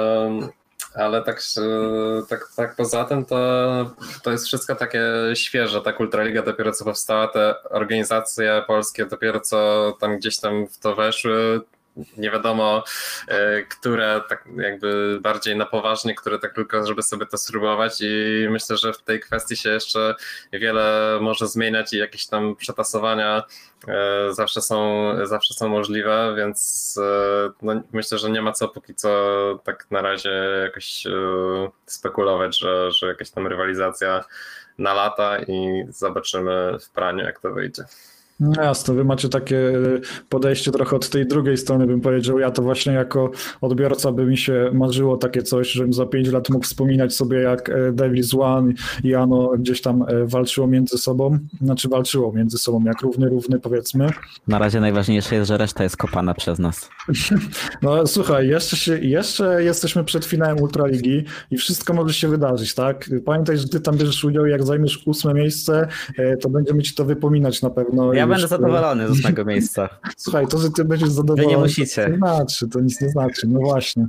ale tak, tak, tak poza tym to, to jest wszystko takie świeże. Tak, Ultraliga dopiero co powstała, te organizacje polskie dopiero co tam gdzieś tam w to weszły. Nie wiadomo, które tak jakby bardziej na poważnie, które tak tylko, żeby sobie to spróbować i myślę, że w tej kwestii się jeszcze wiele może zmieniać i jakieś tam przetasowania zawsze są, zawsze są możliwe, więc no, myślę, że nie ma co póki co tak na razie jakoś spekulować, że, że jakaś tam rywalizacja na lata i zobaczymy w praniu, jak to wyjdzie. No jasne, wy macie takie podejście trochę od tej drugiej strony, bym powiedział. Ja to właśnie jako odbiorca by mi się marzyło takie coś, żebym za pięć lat mógł wspominać sobie, jak Devil's One i Ano gdzieś tam walczyło między sobą, znaczy walczyło między sobą, jak równy, równy powiedzmy. Na razie najważniejsze jest, że reszta jest kopana przez nas. No słuchaj, jeszcze, się, jeszcze jesteśmy przed finałem Ultraligi i wszystko może się wydarzyć, tak? Pamiętaj, że ty tam bierzesz udział i jak zajmiesz ósme miejsce, to będziemy ci to wypominać na pewno. Ja będę zadowolony z ósmego miejsca. Słuchaj, to, że ty będziesz zadowolony, wy nie musicie. To nie znaczy, to nic nie znaczy, no właśnie.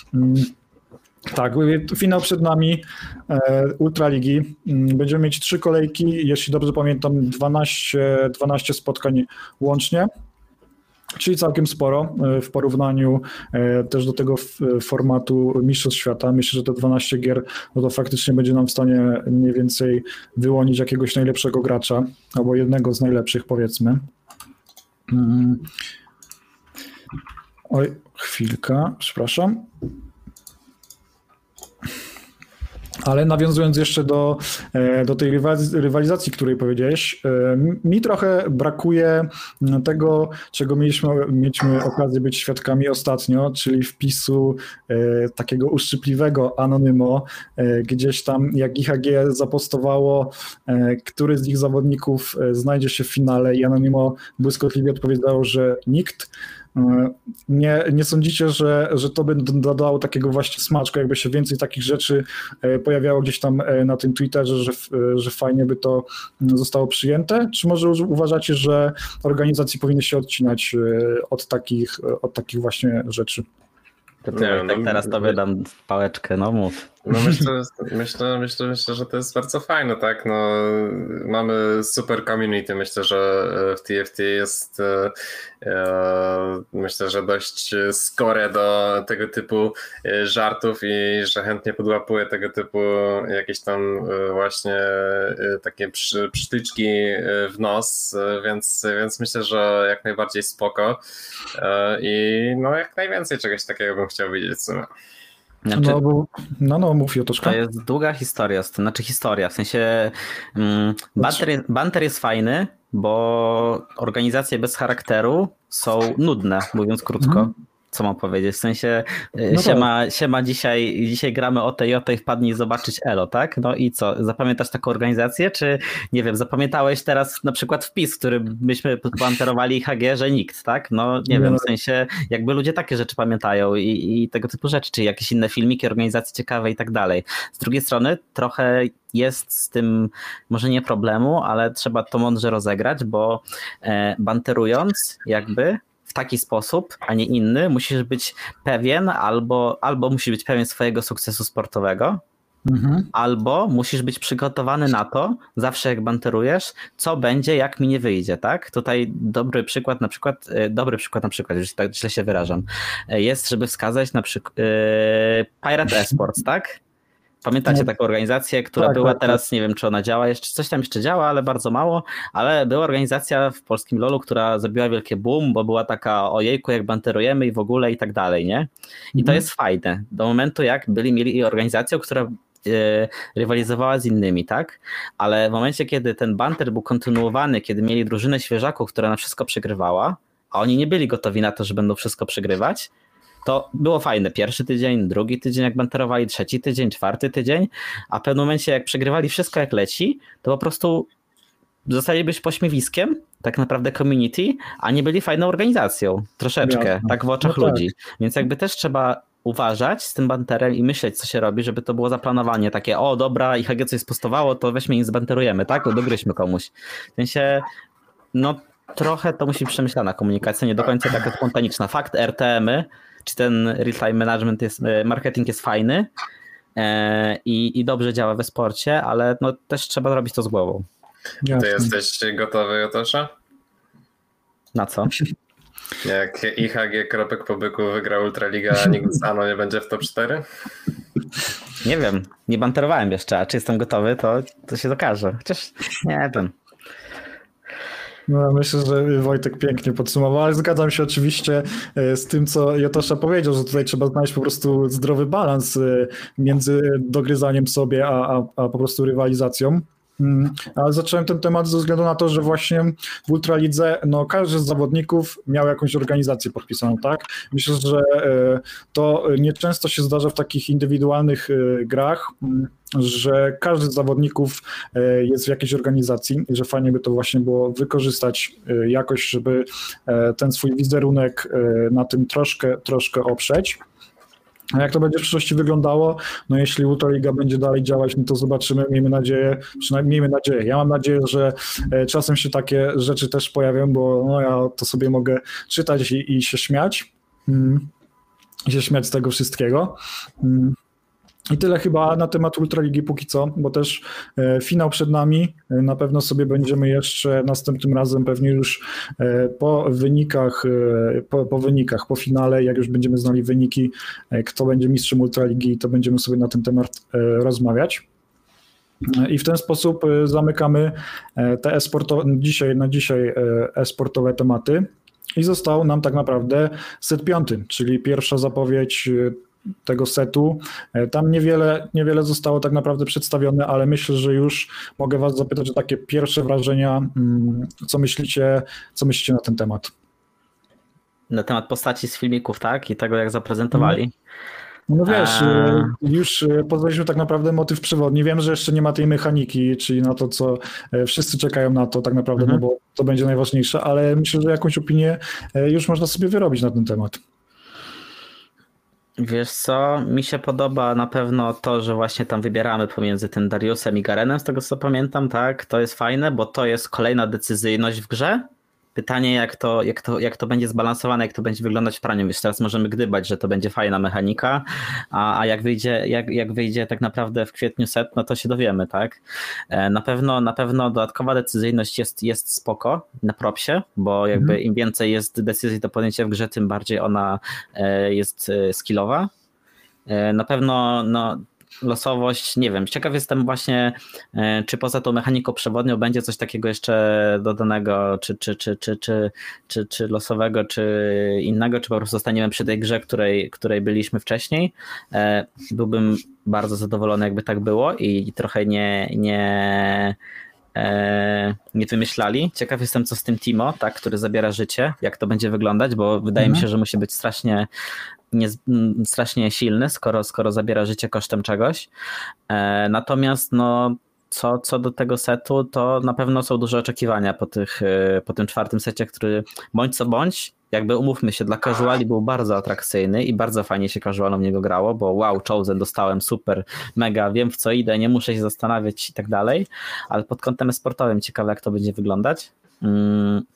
Tak, finał przed nami Ultraligi. Będziemy mieć trzy kolejki, jeśli dobrze pamiętam, dwanaście, dwanaście spotkań łącznie, czyli całkiem sporo w porównaniu też do tego formatu Mistrzostw Świata. Myślę, że te dwanaście gier, no to faktycznie będzie nam w stanie mniej więcej wyłonić jakiegoś najlepszego gracza, albo jednego z najlepszych, powiedzmy. Oj, chwilkę, przepraszam. Ale nawiązując jeszcze do, do tej rywalizacji, której powiedziałeś, mi trochę brakuje tego, czego mieliśmy, mieliśmy okazję być świadkami ostatnio, czyli wpisu takiego uszczypliwego Anonymo, gdzieś tam jak I H G zapostowało, który z ich zawodników znajdzie się w finale i Anonymo błyskotliwie odpowiedziało, że nikt. Nie, nie sądzicie, że, że to by dodało takiego właśnie smaczku, jakby się więcej takich rzeczy pojawiało gdzieś tam na tym Twitterze, że, że fajnie by to zostało przyjęte? Czy może uważacie, że organizacje powinny się odcinać od takich, od takich właśnie rzeczy? To ty, nie, tak no, teraz tobie dam pałeczkę, no mów. No myślę, myślę, myślę, myślę, że to jest bardzo fajne, tak? No, mamy super community, myślę, że w T F T jest e, myślę, że dość skore do tego typu żartów i że chętnie podłapuję tego typu jakieś tam właśnie takie przy, przytyczki w nos, więc, więc myślę, że jak najbardziej spoko i no jak najwięcej czegoś takiego bym chciał widzieć w sumie. Znaczy, no, bo, no, no, mów Jotoszka. To jest długa historia, to znaczy historia, w sensie um, banter, jest, banter jest fajny, bo organizacje bez charakteru są nudne, mówiąc krótko. Mhm. Co mam powiedzieć? W sensie no siema, siema dzisiaj, dzisiaj gramy o tej i o tej, wpadnij zobaczyć Elo, tak? No i co? Zapamiętasz taką organizację? Czy nie wiem, zapamiętałeś teraz na przykład wpis, który byśmy banterowali H G, że nikt, tak? No nie no. wiem, w sensie jakby ludzie takie rzeczy pamiętają i, i tego typu rzeczy, czy jakieś inne filmiki, organizacje ciekawe i tak dalej. Z drugiej strony trochę jest z tym może nie problemu, ale trzeba to mądrze rozegrać, bo e, banterując jakby w taki sposób, a nie inny, musisz być pewien albo, albo musisz być pewien swojego sukcesu sportowego, mhm. albo musisz być przygotowany na to, zawsze jak banterujesz, co będzie, jak mi nie wyjdzie, tak? Tutaj dobry przykład, na przykład, dobry przykład na przykład, już tak źle się wyrażam, jest, żeby wskazać na przykład yy, Pirate Esports, tak? Pamiętacie no, taką organizację, która tak, była tak, teraz, tak. nie wiem czy ona działa, jeszcze coś tam jeszcze działa, ale bardzo mało, ale była organizacja w polskim lolu, która zrobiła wielkie boom, bo była taka ojejku, jak banterujemy i w ogóle i tak dalej, nie? I mhm. to jest fajne, do momentu jak byli mieli organizację, która yy, rywalizowała z innymi, tak? Ale w momencie, kiedy ten banter był kontynuowany, kiedy mieli drużynę świeżaków, która na wszystko przegrywała, a oni nie byli gotowi na to, że będą wszystko przegrywać, to było fajne. Pierwszy tydzień, drugi tydzień jak banterowali, trzeci tydzień, czwarty tydzień, a w pewnym momencie jak przegrywali wszystko jak leci, to po prostu zostali być pośmiewiskiem, tak naprawdę community, a nie byli fajną organizacją. Troszeczkę, Jasne. tak w oczach no ludzi. Tak. Więc jakby też trzeba uważać z tym banterem i myśleć, co się robi, żeby to było zaplanowanie takie, o dobra, I H G coś spostowało, to weźmy i zbanterujemy, tak? Dogryźmy komuś. W sensie, no trochę to musi być przemyślana komunikacja, nie do końca taka spontaniczna. Fakt, R T M-y, czy ten real-time management jest, marketing jest fajny e, i, i dobrze działa we sporcie, ale no, też trzeba robić to z głową. Ty jesteś gotowy, Jotosza? Na co? Jak I H G kropek po byku wygra Ultraliga, a nikt z Ano nie będzie w top cztery? Nie wiem, nie banterowałem jeszcze, a czy jestem gotowy, to, to się okaże. Chociaż nie wiem. No, myślę, że Wojtek pięknie podsumował, ale zgadzam się oczywiście z tym, co Jotosza powiedział, że tutaj trzeba znaleźć po prostu zdrowy balans między dogryzaniem sobie, a, a, a po prostu rywalizacją. Ale zacząłem ten temat ze względu na to, że właśnie w Ultralidze no, każdy z zawodników miał jakąś organizację podpisaną, tak? Myślę, że to nieczęsto się zdarza w takich indywidualnych grach, że każdy z zawodników jest w jakiejś organizacji i że fajnie by to właśnie było wykorzystać jakoś, żeby ten swój wizerunek na tym troszkę, troszkę oprzeć. A jak to będzie w przyszłości wyglądało? No jeśli Ultraliga będzie dalej działać, no to zobaczymy, miejmy nadzieję, przynajmniej miejmy nadzieję. Ja mam nadzieję, że czasem się takie rzeczy też pojawią, bo no ja to sobie mogę czytać i, i się śmiać. Mm. I się śmiać z tego wszystkiego. Mm. I tyle chyba na temat Ultraligi póki co, bo też e, finał przed nami. E, na pewno sobie będziemy jeszcze następnym razem pewnie już e, po wynikach, e, po, po wynikach, po finale, jak już będziemy znali wyniki, e, kto będzie mistrzem Ultraligi, to będziemy sobie na ten temat e, rozmawiać. E, I w ten sposób e, zamykamy e, te e-sportowe, dzisiaj, na dzisiaj e, e-sportowe tematy. I został nam tak naprawdę set piąty, czyli pierwsza zapowiedź e, tego setu. Tam niewiele, niewiele zostało tak naprawdę przedstawione, ale myślę, że już mogę was zapytać o takie pierwsze wrażenia, co myślicie, co myślicie na ten temat? Na temat postaci z filmików, tak? I tego, jak zaprezentowali. No wiesz, A... już poznaliśmy tak naprawdę motyw przewodni. Wiem, że jeszcze nie ma tej mechaniki, czyli na to, co wszyscy czekają na to tak naprawdę, mhm. no bo to będzie najważniejsze, ale myślę, że jakąś opinię już można sobie wyrobić na ten temat. Wiesz co, mi się podoba na pewno to, że właśnie tam wybieramy pomiędzy tym Dariusem i Garenem, z tego co pamiętam, tak, to jest fajne, bo to jest kolejna decyzyjność w grze. Pytanie, jak to, jak to, jak to będzie zbalansowane, jak to będzie wyglądać w praniu. Już teraz możemy gdybać, że to będzie fajna mechanika, a, a jak wyjdzie, jak, jak wyjdzie tak naprawdę w kwietniu set, no to się dowiemy, tak? Na pewno, na pewno dodatkowa decyzyjność jest, jest spoko na propsie, bo jakby im więcej jest decyzji do podjęcia w grze, tym bardziej ona jest skillowa. Na pewno, no, losowość, nie wiem, ciekaw jestem właśnie, czy poza tą mechaniką przewodnią będzie coś takiego jeszcze dodanego, czy, czy, czy, czy, czy, czy, czy losowego, czy innego, czy po prostu zostaniemy przy tej grze, której, której byliśmy wcześniej. Byłbym bardzo zadowolony, jakby tak było i trochę nie, nie, nie wymyślali. Ciekaw jestem, co z tym Timo, tak, który zabiera życie, jak to będzie wyglądać, bo wydaje mhm. mi się, że musi być strasznie Nie, strasznie silny, skoro, skoro zabiera życie kosztem czegoś. E, natomiast no, co, co do tego setu, to na pewno są duże oczekiwania po, tych, po tym czwartym secie, który bądź co bądź, jakby umówmy się, dla casuali był bardzo atrakcyjny i bardzo fajnie się casualom w niego grało, bo wow, Chosen dostałem, super, mega, wiem w co idę, nie muszę się zastanawiać i tak dalej, ale pod kątem sportowym ciekawe, jak to będzie wyglądać. Mm.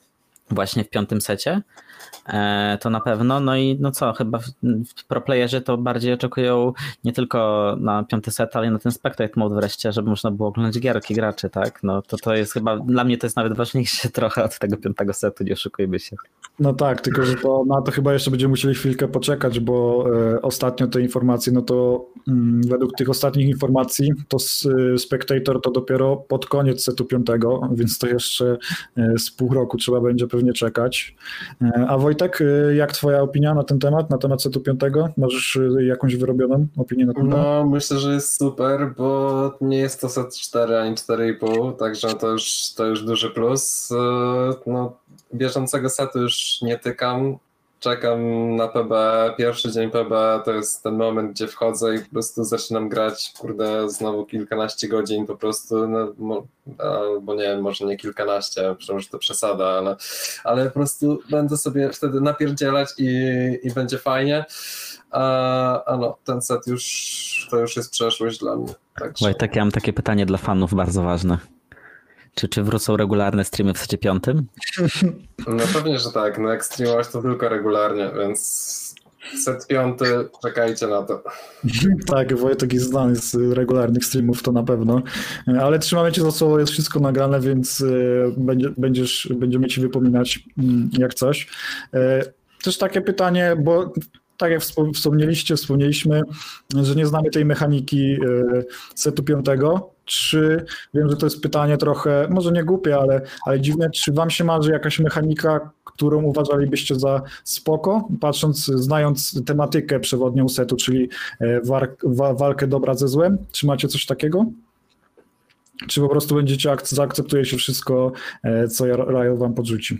właśnie w piątym secie. To na pewno. No i no co, chyba proplayerzy to bardziej oczekują nie tylko na piąty set, ale i na ten spectate mode wreszcie, żeby można było oglądać gierki graczy, tak? No to to jest chyba, dla mnie to jest nawet ważniejsze trochę od tego piątego setu, nie oszukujmy się. No tak, tylko że to, na to chyba jeszcze będziemy musieli chwilkę poczekać, bo e, ostatnio te informacje, no to mm, według tych ostatnich informacji to z, Spectator to dopiero pod koniec setu piątego, więc to jeszcze e, z pół roku trzeba będzie pewnie czekać. E, a Wojtek, e, jak twoja opinia na ten temat, na temat setu piątego? Masz e, jakąś wyrobioną opinię na ten temat? No myślę, że jest super, bo nie jest to set cztery ani cztery i pół, także to już, to już duży plus. No, bieżącego setu już nie tykam, czekam na P B, pierwszy dzień P B to jest ten moment, gdzie wchodzę i po prostu zaczynam grać, kurde, znowu kilkanaście godzin po prostu, no, bo nie wiem, może nie kilkanaście, przecież to przesada, ale, ale po prostu będę sobie wtedy napierdzielać i, i będzie fajnie. A, a no, ten set już, to już jest przeszłość dla mnie. Także... Wojtek, ja mam takie pytanie dla fanów bardzo ważne. Czy, czy wrócą regularne streamy w secie piątym? No pewnie, że tak. No jak streamować to tylko regularnie, więc set piąty, czekajcie na to. Tak, Wojtek jest znany z regularnych streamów, to na pewno. Ale trzymamy cię za słowo, jest wszystko nagrane, więc będzie, będziesz, będziemy ci wypominać jak coś. Też takie pytanie, bo tak jak wspomnieliście, wspomnieliśmy, że nie znamy tej mechaniki setu piątego. Czy, wiem, że to jest pytanie trochę, może nie głupie, ale, ale dziwne, czy wam się marzy jakaś mechanika, którą uważalibyście za spoko, patrząc, znając tematykę przewodnią setu, czyli war, wa, walkę dobra ze złem? Czy macie coś takiego? Czy po prostu będziecie, zaakceptujecie wszystko, co Riot wam podrzuci?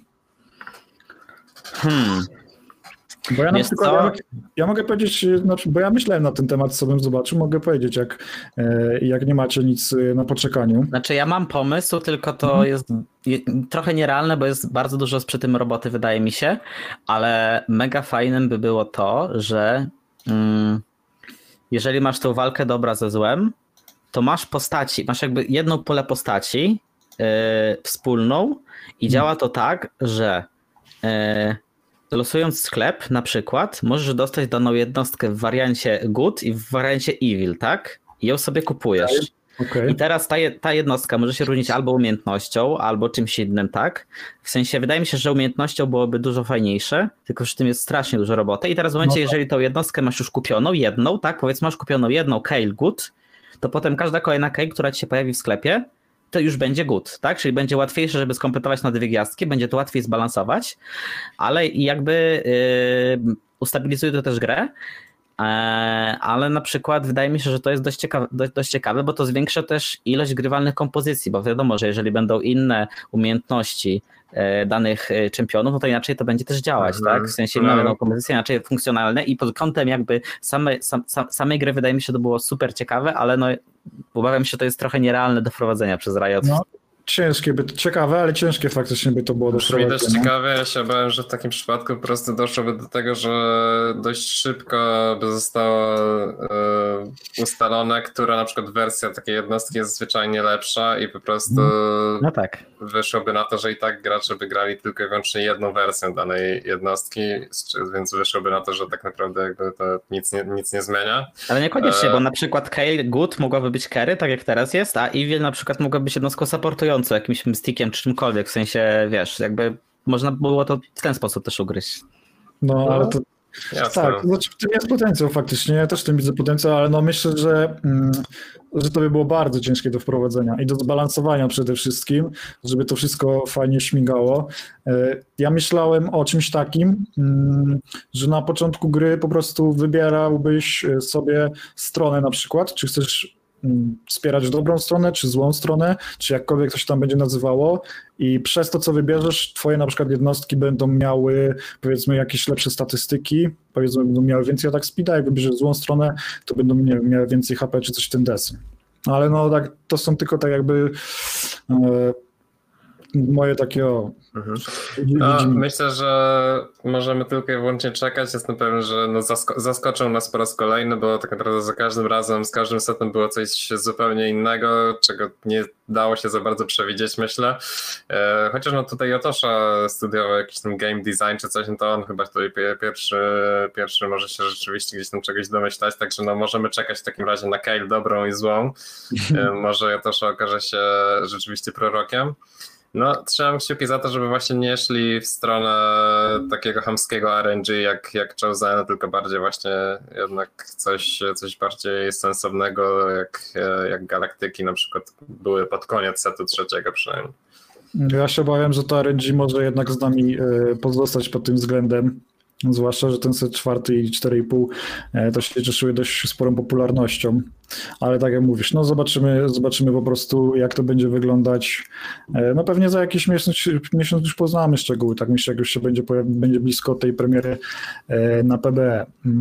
Hmm. Bo ja na przykład, ja, ja mogę powiedzieć, znaczy, bo ja myślałem na ten temat, co bym zobaczył, mogę powiedzieć, jak, jak nie macie nic na poczekaniu. Znaczy ja mam pomysł, tylko to hmm. jest trochę nierealne, bo jest bardzo dużo przy tym roboty, wydaje mi się, ale mega fajnym by było to, że mm, jeżeli masz tą walkę dobra ze złem, to masz postaci, masz jakby jedną pulę postaci yy, wspólną i hmm. działa to tak, że yy, losując sklep na przykład, możesz dostać daną jednostkę w wariancie good i w wariancie evil, tak? I ją sobie kupujesz. Okay. I teraz ta, ta jednostka może się różnić albo umiejętnością, albo czymś innym, tak? W sensie wydaje mi się, że umiejętnością byłoby dużo fajniejsze, tylko że w tym jest strasznie dużo roboty. I teraz w momencie, no tak. jeżeli tą jednostkę masz już kupioną, jedną, tak? Powiedzmy, masz kupioną jedną Kayle good, to potem każda kolejna Kayle, która ci się pojawi w sklepie, to już będzie good, tak? Czyli będzie łatwiejsze, żeby skompletować na dwie gwiazdki, będzie to łatwiej zbalansować, ale jakby yy, ustabilizuje to też grę, yy, ale na przykład wydaje mi się, że to jest dość ciekawe, dość, dość ciekawe, bo to zwiększa też ilość grywalnych kompozycji, bo wiadomo, że jeżeli będą inne umiejętności yy, danych yy, czempionów, no to inaczej to będzie też działać, mm-hmm. tak? W sensie mamy no. kompozycje inaczej funkcjonalne i pod kątem jakby same, sam, sam, samej gry wydaje mi się, że to było super ciekawe, ale no obawiam się, że to jest trochę nierealne do wprowadzenia przez Riot. No, ciężkie by, ciekawe, ale ciężkie faktycznie by to było do wprowadzenia. Brzmi też ciekawe, ja się obawiam, że w takim przypadku po prostu doszłoby do tego, że dość szybko by zostało e, ustalone, która na przykład wersja takiej jednostki jest zwyczajnie lepsza i po prostu no tak. wyszłoby na to, że i tak gracze by grali tylko i wyłącznie jedną wersję danej jednostki, więc wyszłoby na to, że tak naprawdę jakby to nic nie, nic nie zmienia. Ale niekoniecznie, e... bo na przykład Kayle good mogłaby być carry, tak jak teraz jest, a Evil na przykład mogłaby być jednostką supportującą, jakimś mystikiem czy czymkolwiek, w sensie, wiesz, jakby można było to w ten sposób też ugryźć. No, ale to Jasne. tak, znaczy w tym jest potencjał faktycznie, ja też w tym widzę potencjał, ale no myślę, że, mm, że to by było bardzo ciężkie do wprowadzenia i do zbalansowania przede wszystkim, żeby to wszystko fajnie śmigało. Ja myślałem o czymś takim, mm, że na początku gry po prostu wybierałbyś sobie stronę na przykład, czy chcesz wspierać dobrą stronę, czy złą stronę, czy jakkolwiek to się tam będzie nazywało i przez to, co wybierzesz, twoje na przykład jednostki będą miały, powiedzmy, jakieś lepsze statystyki, powiedzmy, będą miały więcej attack speeda, jak wybierzesz złą stronę, to będą nie wiem, miały więcej H P, czy coś w tym desy. Ale no tak, to są tylko tak jakby e, moje takie o... Mhm. No, myślę, że możemy tylko i wyłącznie czekać. Jestem pewien, że no zasko- zaskoczą nas po raz kolejny, bo tak naprawdę za każdym razem, z każdym setem było coś zupełnie innego, czego nie dało się za bardzo przewidzieć, myślę. E, chociaż no tutaj Jotosza studiował jakiś tam game design czy coś, no to on chyba tutaj pierwszy, pierwszy może się rzeczywiście gdzieś tam czegoś domyślać, także no możemy czekać w takim razie na Kale dobrą i złą. E, może Jotosza okaże się rzeczywiście prorokiem. No, trzymam kciuki za to, żeby właśnie nie szli w stronę takiego chamskiego R N G jak, jak Chosen, tylko bardziej właśnie jednak coś, coś bardziej sensownego, jak, jak Galaktyki na przykład były pod koniec setu trzeciego przynajmniej. Ja się obawiam, że to R N G może jednak z nami pozostać pod tym względem. Zwłaszcza, że ten set czwarty i cztery i pół to się cieszyły dość sporą popularnością. Ale tak jak mówisz, no zobaczymy, zobaczymy po prostu, jak to będzie wyglądać. No pewnie za jakiś miesiąc, miesiąc już poznamy szczegóły, tak myślę, jak już się będzie, będzie blisko tej premiery na P B E.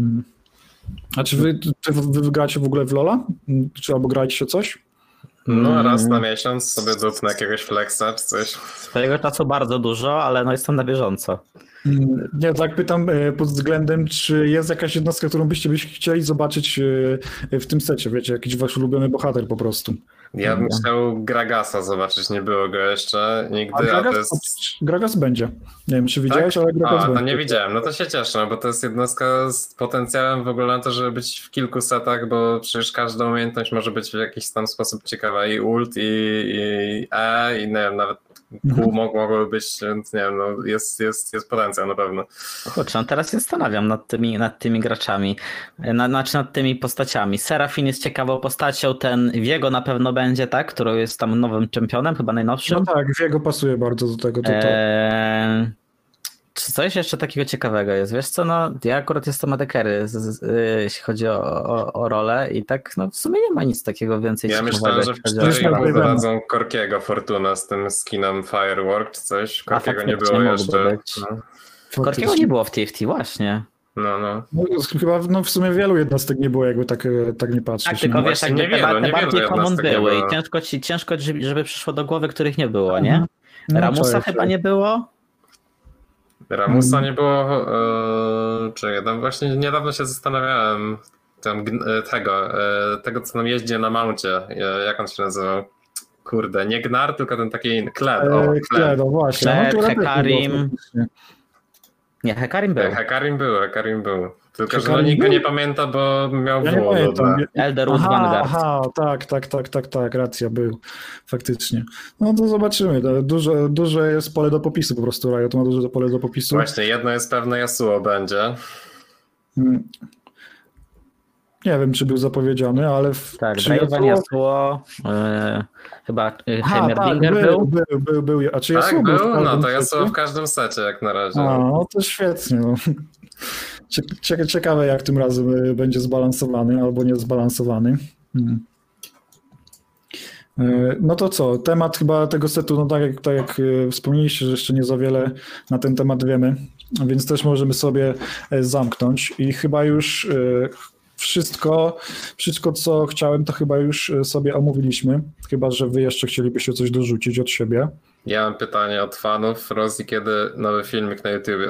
A czy wy, czy wy wygracie w ogóle w LoL'a? Czy albo graliście coś? No raz na miesiąc sobie dupnę jakiegoś flexa czy coś. Swojego czasu bardzo dużo, ale no jestem na bieżąco. Nie, tak pytam pod względem, czy jest jakaś jednostka, którą byście byście chcieli zobaczyć w tym secie, wiecie, jakiś wasz ulubiony bohater po prostu. Ja bym chciał Gragasa zobaczyć, nie było go jeszcze nigdy, a, Gragas, a to jest... Gragas będzie. Nie wiem, czy widziałeś, tak? Ale Gragas a, będzie. A, to nie widziałem, no to się cieszę, no bo to jest jednostka z potencjałem w ogóle na to, żeby być w kilku setach, bo przecież każda umiejętność może być w jakiś tam sposób ciekawa i ult, i, i E, i nie wiem, nawet Q mogłoby być, więc nie wiem, no jest, jest, jest potencjał na pewno. Kurczę, no teraz się zastanawiam nad tymi, nad tymi graczami, na, znaczy nad tymi postaciami. Serafin jest ciekawą postacią, ten Viego na pewno będzie, tak? Który jest tam nowym czempionem, chyba najnowszym. No tak, Viego pasuje bardzo do tego. To, to. Eee, czy coś jeszcze takiego ciekawego jest? Wiesz co, no ja akurat jestem adekery, jeśli chodzi o, o, o rolę i tak no w sumie nie ma nic takiego więcej ja ciekawego. Ja myślałem, że w cztery dodadzą Korkiego Fortuna z tym skinem Firework czy coś. Korkiego nie było jeszcze. No. Korkiego nie było w T F T, właśnie. No, no. no chyba no, w sumie wielu jednostek nie było, jakby tak, tak nie patrzeć. Tak, tylko no. wiesz, jakby te, te bardziej common były i ciężko, ci, ciężko żeby przyszło do głowy, których nie było, nie? No, Ramusa chyba nie było. Ramusa nie było, yy, czy ja tam właśnie niedawno się zastanawiałem tam, tego, yy, tego co nam jeździ na mouncie, yy, jak on się nazywał? Kurde, nie Gnar, tylko ten taki Kled. O, Kled, Kled, o właśnie. Kled, Hekarim. Nie, Hekarim był. Hekarim był, Hekarim był. Tylko, że no nikt go nie pamięta, bo miał ja włód. Elderwood Vanguard. Aha, tak, tak, tak, tak, tak, racja, był. Faktycznie. No to zobaczymy. Duże, duże jest pole do popisu po prostu, Riot ma duże pole do popisu. Właśnie, jedno jest pewne, Yasuo będzie. Hmm. Nie wiem, czy był zapowiedziany, ale... W, tak, Draven, Yasuo, yy, chyba Heimerdinger tak, był. Był, był, był, był. A czy tak, Yasuo był? był? No to Yasuo w każdym secie jak na razie. A, no to świetnie. No. Ciekawe, jak tym razem będzie zbalansowany albo niezbalansowany. Hmm. No to co, temat chyba tego setu, no tak jak, tak jak wspomnieliście, że jeszcze nie za wiele na ten temat wiemy, więc też możemy sobie zamknąć i chyba już wszystko, wszystko co chciałem, to chyba już sobie omówiliśmy, chyba że wy jeszcze chcielibyście coś dorzucić od siebie. Ja mam pytanie od fanów. Rozi, kiedy nowy filmik na YouTubie?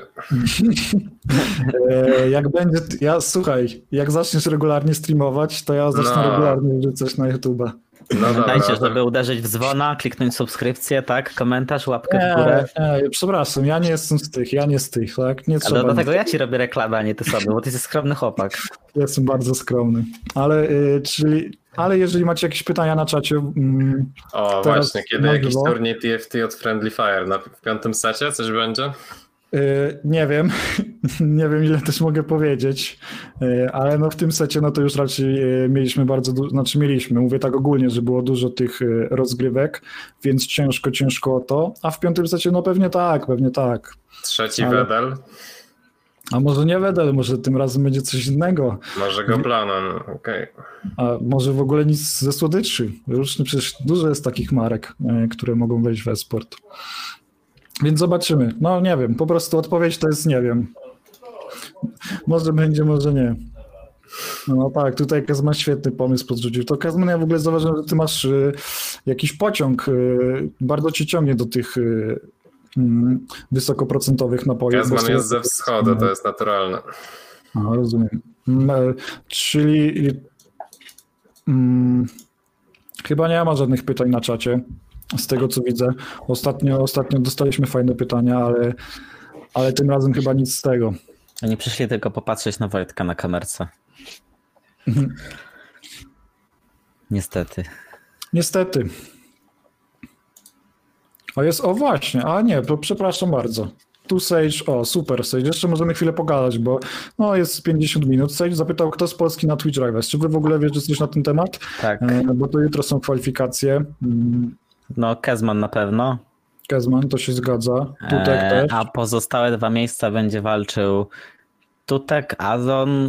Jak będzie, ja słuchaj, jak zaczniesz regularnie streamować, to ja zacznę no. regularnie wrzucać na YouTube'a. No Pamiętajcie, dobra, żeby uderzyć w dzwona, kliknąć subskrypcję, tak, komentarz, łapkę nie, w górę. Nie, przepraszam, ja nie jestem z tych, ja nie z tych, tak? Nie trzeba. Ale dlatego ja ci robię reklamę, a nie ty sobie, bo ty jesteś skromny chłopak. Jestem bardzo skromny, ale y, czyli, ale jeżeli macie jakieś pytania na czacie... Mm, o właśnie, kiedy jakiś turniej T F T od Friendly Fire, na w piątym secie coś będzie? Yy, nie wiem, nie wiem ile też mogę powiedzieć, yy, ale no w tym secie no to już raczej yy, mieliśmy bardzo dużo, znaczy mieliśmy, mówię tak ogólnie, że było dużo tych yy, rozgrywek, więc ciężko, ciężko o to, a w piątym secie no pewnie tak, pewnie tak. Trzeci ale... Wedel? A może nie Wedel, może tym razem będzie coś innego. Może Goplanon, okej. Okay. A może w ogóle nic ze słodyczy, już przecież dużo jest takich marek, yy, które mogą wejść w e-sport. Więc zobaczymy. No nie wiem, po prostu odpowiedź to jest nie wiem. Może będzie, może nie. No tak, tutaj Kazman świetny pomysł podrzucił. To Kazman, ja w ogóle zauważyłem, że ty masz jakiś pociąg bardzo cię ciągnie do tych wysokoprocentowych napojów. Kezman jest ze wschodu, to jest naturalne. A, rozumiem. Czyli hmm, chyba nie ma żadnych pytań na czacie, z tego co widzę. Ostatnio, ostatnio dostaliśmy fajne pytania, ale, ale tym razem chyba nic z tego. Oni przyszli tylko popatrzeć na Wojtka na kamerce. Niestety. Niestety. O jest, o właśnie, a nie, to przepraszam bardzo. Tu Sage, o super Sage, jeszcze możemy chwilę pogadać, bo no jest pięćdziesiąt minut. Sage zapytał, kto z Polski na Twitch Rivals. Czy wy w ogóle wiecie coś na ten temat? Tak. E, bo to jutro są kwalifikacje. No Kezman na pewno. Kezman, to się zgadza. Tutek e, też. A pozostałe dwa miejsca będzie walczył Tutek, Azon,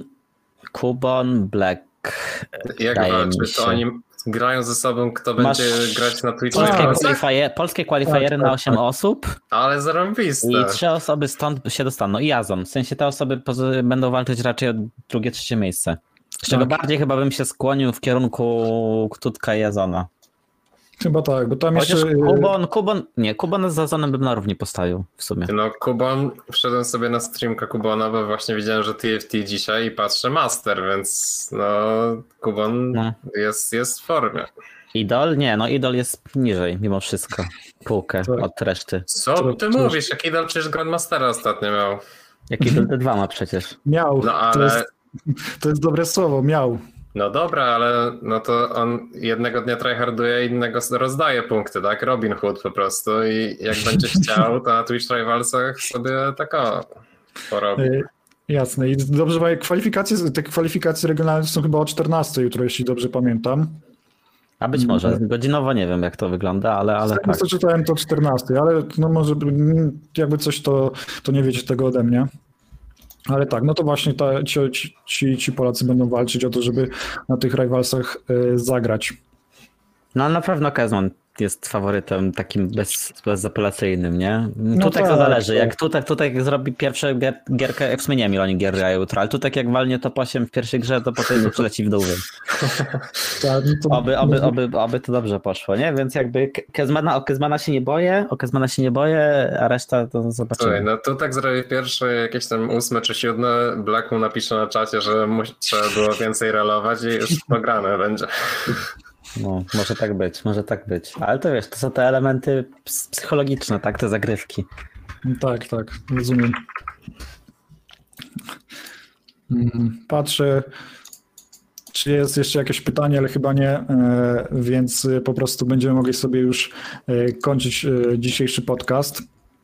Kubon, Black. Jak walczy? To oni grają ze sobą, kto Masz będzie grać na Twitchu. Polskie, qualifier, polskie qualifiery tak, na osiem tak. osób. Ale zarąbiste. I trzy osoby stąd się dostaną. No i Azon. W sensie te osoby będą walczyć raczej o drugie, trzecie miejsce. Z czego tak. bardziej chyba bym się skłonił w kierunku Tutka i Azona. Chyba tak, bo tam Chociaż jeszcze... Kubon, Kubon, nie, Kubon z Azonem bym na równi postawił w sumie. No Kubon, wszedłem sobie na streamka Kubona, bo właśnie widziałem, że T F T dzisiaj i patrzę Master, więc no Kubon no. Jest, jest w formie. Idol? Nie, no Idol jest niżej mimo wszystko. Półkę tak. od reszty. Co ty to, mówisz? Jak Idol przecież Grandmastera ostatnio miał. Jak Idol D dwa ma przecież. Miał, no, ale... to, jest, to jest dobre słowo, miał. No dobra, ale no to on jednego dnia tryharduje, innego rozdaje punkty, tak? Robin Hood po prostu i jak będzie chciał, to na Twitch Rivalsach sobie tak o porobi. Jasne. I dobrze, bo kwalifikacje, te kwalifikacje regionalne są chyba o czternastej jutro, jeśli dobrze pamiętam. A być może. Godzinowo nie wiem, jak to wygląda, ale, ale tak. Co czytałem, to o czternastej, ale no może jakby coś, to, to nie wiecie tego ode mnie. Ale tak, no to właśnie ta, ci, ci, ci Polacy będą walczyć o to, żeby na tych rivalsach y, zagrać. No na pewno Kezman jest faworytem takim bez, bezapelacyjnym, nie? No Tutek tak, to zależy. tak. Jak Tutek, Tutek zrobi pierwszą gier, gierkę, jak w sumie nie wiem, ile oni gier grają jutro, ale Tutek jak walnie top osiem w pierwszej grze, to potem przyleci w dół. Tak, no to... oby, oby, oby, oby to dobrze poszło, nie? Więc jakby Kezmana, o Kezmana się nie boję, o Kezmana się nie boję, a reszta to zobaczymy. Słuchaj, no Tutek zrobi pierwsze jakieś tam ósme czy siódme, Black mu napisze na czacie, że mu trzeba było więcej rolować i już pograne będzie. No, może tak być, może tak być. Ale to wiesz, to są te elementy psychologiczne, tak, te zagrywki. Tak, tak, rozumiem. Patrzę, czy jest jeszcze jakieś pytanie, ale chyba nie, więc po prostu będziemy mogli sobie już kończyć dzisiejszy podcast.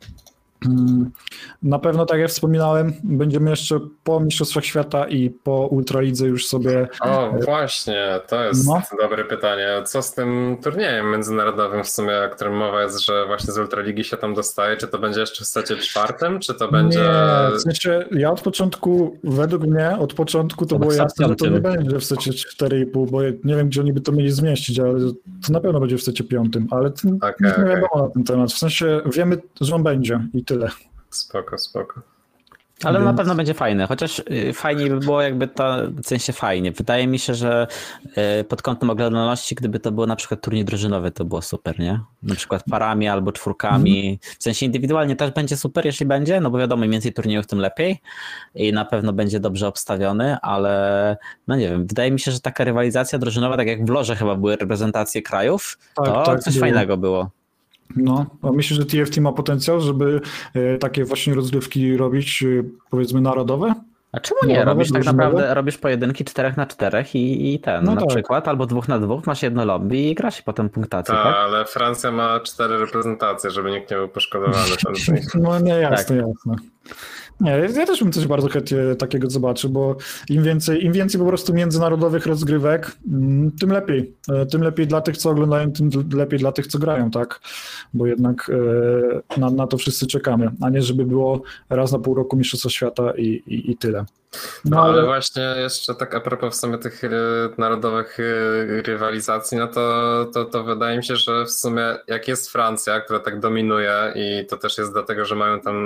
Na pewno, tak jak wspominałem, będziemy jeszcze po Mistrzostwach Świata i po Ultralidze już sobie... O, właśnie, to jest no. dobre pytanie. Co z tym turniejem międzynarodowym w sumie, o którym mowa jest, że właśnie z Ultraligi się tam dostaje? Czy to będzie jeszcze w secie czwartym, czy to będzie... Nie, w sensie ja od początku, według mnie, od początku to było jasne, że to nie będzie w secie cztery i pół, bo nie wiem, gdzie oni by to mieli zmieścić, ale to na pewno będzie w secie piątym, ale to okay, nie okay. wiadomo na ten temat. W sensie wiemy, że on będzie i tyle. Spoko, spoko. Ale Więc... na pewno będzie fajne, chociaż fajniej by było jakby to, w sensie fajnie. Wydaje mi się, że pod kątem oglądalności, gdyby to było na przykład turniej drużynowy, to było super, nie? Na przykład parami albo czwórkami. Mm. W sensie indywidualnie też będzie super, jeśli będzie, no bo wiadomo, im więcej turniejów, tym lepiej i na pewno będzie dobrze obstawiony, ale no nie wiem, wydaje mi się, że taka rywalizacja drużynowa, tak jak w Lorze chyba były reprezentacje krajów, tak, to tak, coś było. fajnego było. No, a myślę, że T F T ma potencjał, żeby e, takie właśnie rozgrywki robić, e, powiedzmy, narodowe? A czemu nie? Narodowe, robisz tak naprawdę, robisz pojedynki czterech na czterech i, i ten, no na tak. przykład, albo dwóch na dwóch, masz jedno lobby i grasz potem punktację, Ta, tak? ale Francja ma cztery reprezentacje, żeby nikt nie był poszkodowany. No nie, jasne, tak. jasne. Nie, ja też bym coś bardzo chętnie takiego zobaczył, bo im więcej, im więcej po prostu międzynarodowych rozgrywek, tym lepiej. Tym lepiej dla tych, co oglądają, tym lepiej dla tych, co grają, tak? Bo jednak na, na to wszyscy czekamy, a nie żeby było raz na pół roku Mistrzostwa Świata i, i, i tyle. No, no ale... ale właśnie jeszcze tak a propos w sumie tych narodowych rywalizacji, no to, to, to wydaje mi się, że w sumie jak jest Francja, która tak dominuje i to też jest dlatego, że mają tam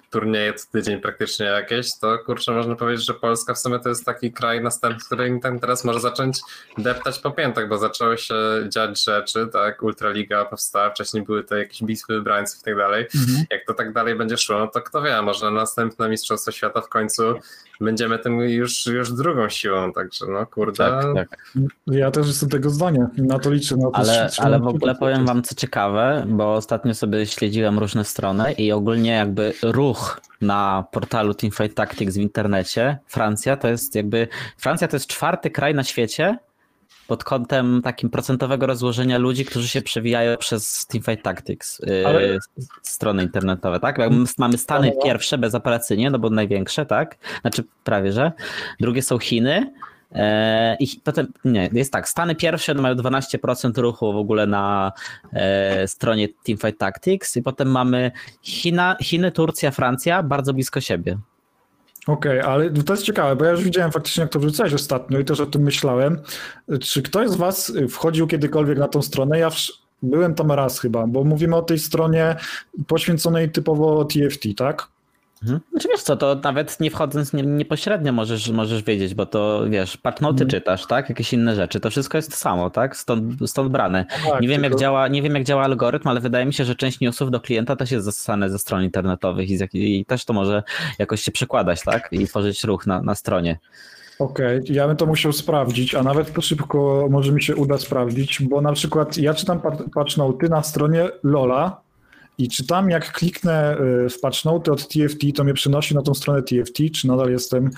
turnieje co tydzień praktycznie jakieś, to kurczę, można powiedzieć, że Polska w sumie to jest taki kraj następny, który ten teraz może zacząć deptać po piętach, bo zaczęły się dziać rzeczy, tak, Ultraliga powstała, wcześniej były te jakieś bitwy wybrańców i tak dalej. Mhm. Jak to tak dalej będzie szło, no to kto wie, może następne Mistrzostwo Świata w końcu będziemy tym już, już drugą siłą, także no kurde. Tak, tak. Ja też jestem tego zdania, na to liczę. Na to ale, ale w ogóle powiem wam co ciekawe, bo ostatnio sobie śledziłem różne strony i ogólnie jakby ruch na portalu Teamfight Tactics w internecie, Francja to jest jakby, Francja to jest czwarty kraj na świecie pod kątem takim procentowego rozłożenia ludzi, którzy się przewijają przez Teamfight Tactics, ale... yy, strony internetowe, tak? Mamy Stany pierwsze bezapelacyjnie, no bo największe, tak? Znaczy prawie, że. Drugie są Chiny. I potem, nie, jest tak, Stany pierwsze mają dwanaście procent ruchu w ogóle na e, stronie Teamfight Tactics i potem mamy China, Chiny, Turcja, Francja bardzo blisko siebie. Okej, okay, ale to jest ciekawe, bo ja już widziałem faktycznie, jak to wrzucałeś ostatnio i też o tym myślałem. Czy ktoś z was wchodził kiedykolwiek na tą stronę? Ja wsz- byłem tam raz chyba, bo mówimy o tej stronie poświęconej typowo T F T, tak? Mhm. Znaczy wiesz co, to nawet nie wchodząc nie, niepośrednio możesz, możesz wiedzieć, bo to wiesz, patchnoty hmm. czytasz, tak? Jakieś inne rzeczy, to wszystko jest to samo, tak? Stąd, stąd brane. Tak, nie wiem tylko... jak działa, nie wiem jak działa algorytm, ale wydaje mi się, że część newsów do klienta też jest zasysane ze stron internetowych i, z, i też to może jakoś się przekładać, tak? I tworzyć ruch na, na stronie. Okej, okay, ja bym to musiał sprawdzić, a nawet to szybko może mi się uda sprawdzić, bo na przykład ja czytam patchnoty na stronie Lola, i czy tam jak kliknę w patchnoty od T F T, to mnie przenosi na tą stronę T F T, czy nadal jestem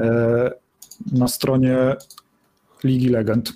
na stronie Ligi Legend?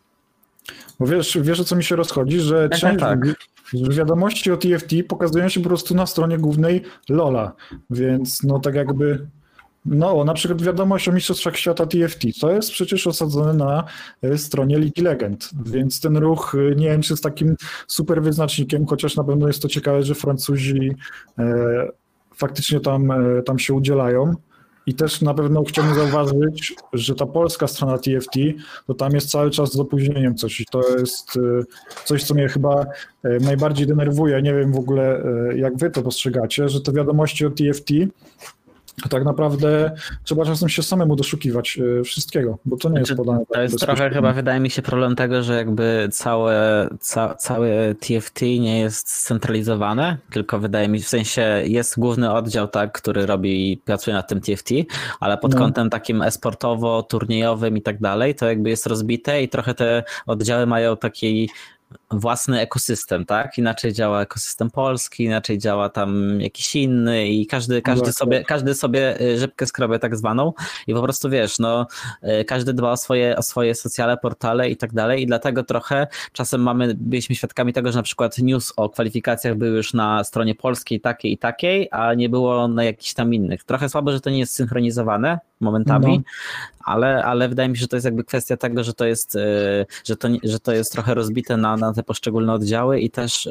Bo wiesz, wiesz o co mi się rozchodzi, że tak, część tak. wiadomości o T F T pokazują się po prostu na stronie głównej Lola, więc no tak jakby... No, na przykład wiadomość o Mistrzostwach Świata T F T, to jest przecież osadzone na stronie Ligi Legend, więc ten ruch nie wiem, czy jest takim super wyznacznikiem, chociaż na pewno jest to ciekawe, że Francuzi e, faktycznie tam, e, tam się udzielają. I też na pewno chciałbym zauważyć, że ta polska strona T F T, to tam jest cały czas z opóźnieniem coś i to jest e, coś, co mnie chyba e, najbardziej denerwuje. Nie wiem w ogóle, e, jak wy to postrzegacie, że te wiadomości o T F T tak naprawdę trzeba czasem się samemu doszukiwać wszystkiego, bo to nie znaczy, jest podane. To jest trochę chyba, wydaje mi się, problem tego, że jakby całe, ca, całe T F T nie jest scentralizowane, tylko wydaje mi się, w sensie jest główny oddział, tak, który robi i pracuje nad tym T F T, ale pod no. kątem takim esportowo, turniejowym i tak dalej, to jakby jest rozbite i trochę te oddziały mają taki własny ekosystem, tak? Inaczej działa ekosystem polski, inaczej działa tam jakiś inny i każdy, każdy, sobie, każdy sobie rzepkę skrobie tak zwaną i po prostu wiesz, no każdy dba o swoje, o swoje socjale, portale i tak dalej i dlatego trochę czasem mamy, byliśmy świadkami tego, że na przykład news o kwalifikacjach były już na stronie polskiej takiej i takiej, a nie było na jakichś tam innych. Trochę słabo, że to nie jest synchronizowane momentami, no. ale, ale wydaje mi się, że to jest jakby kwestia tego, że to jest, że to, że to jest trochę rozbite na, na te poszczególne oddziały i też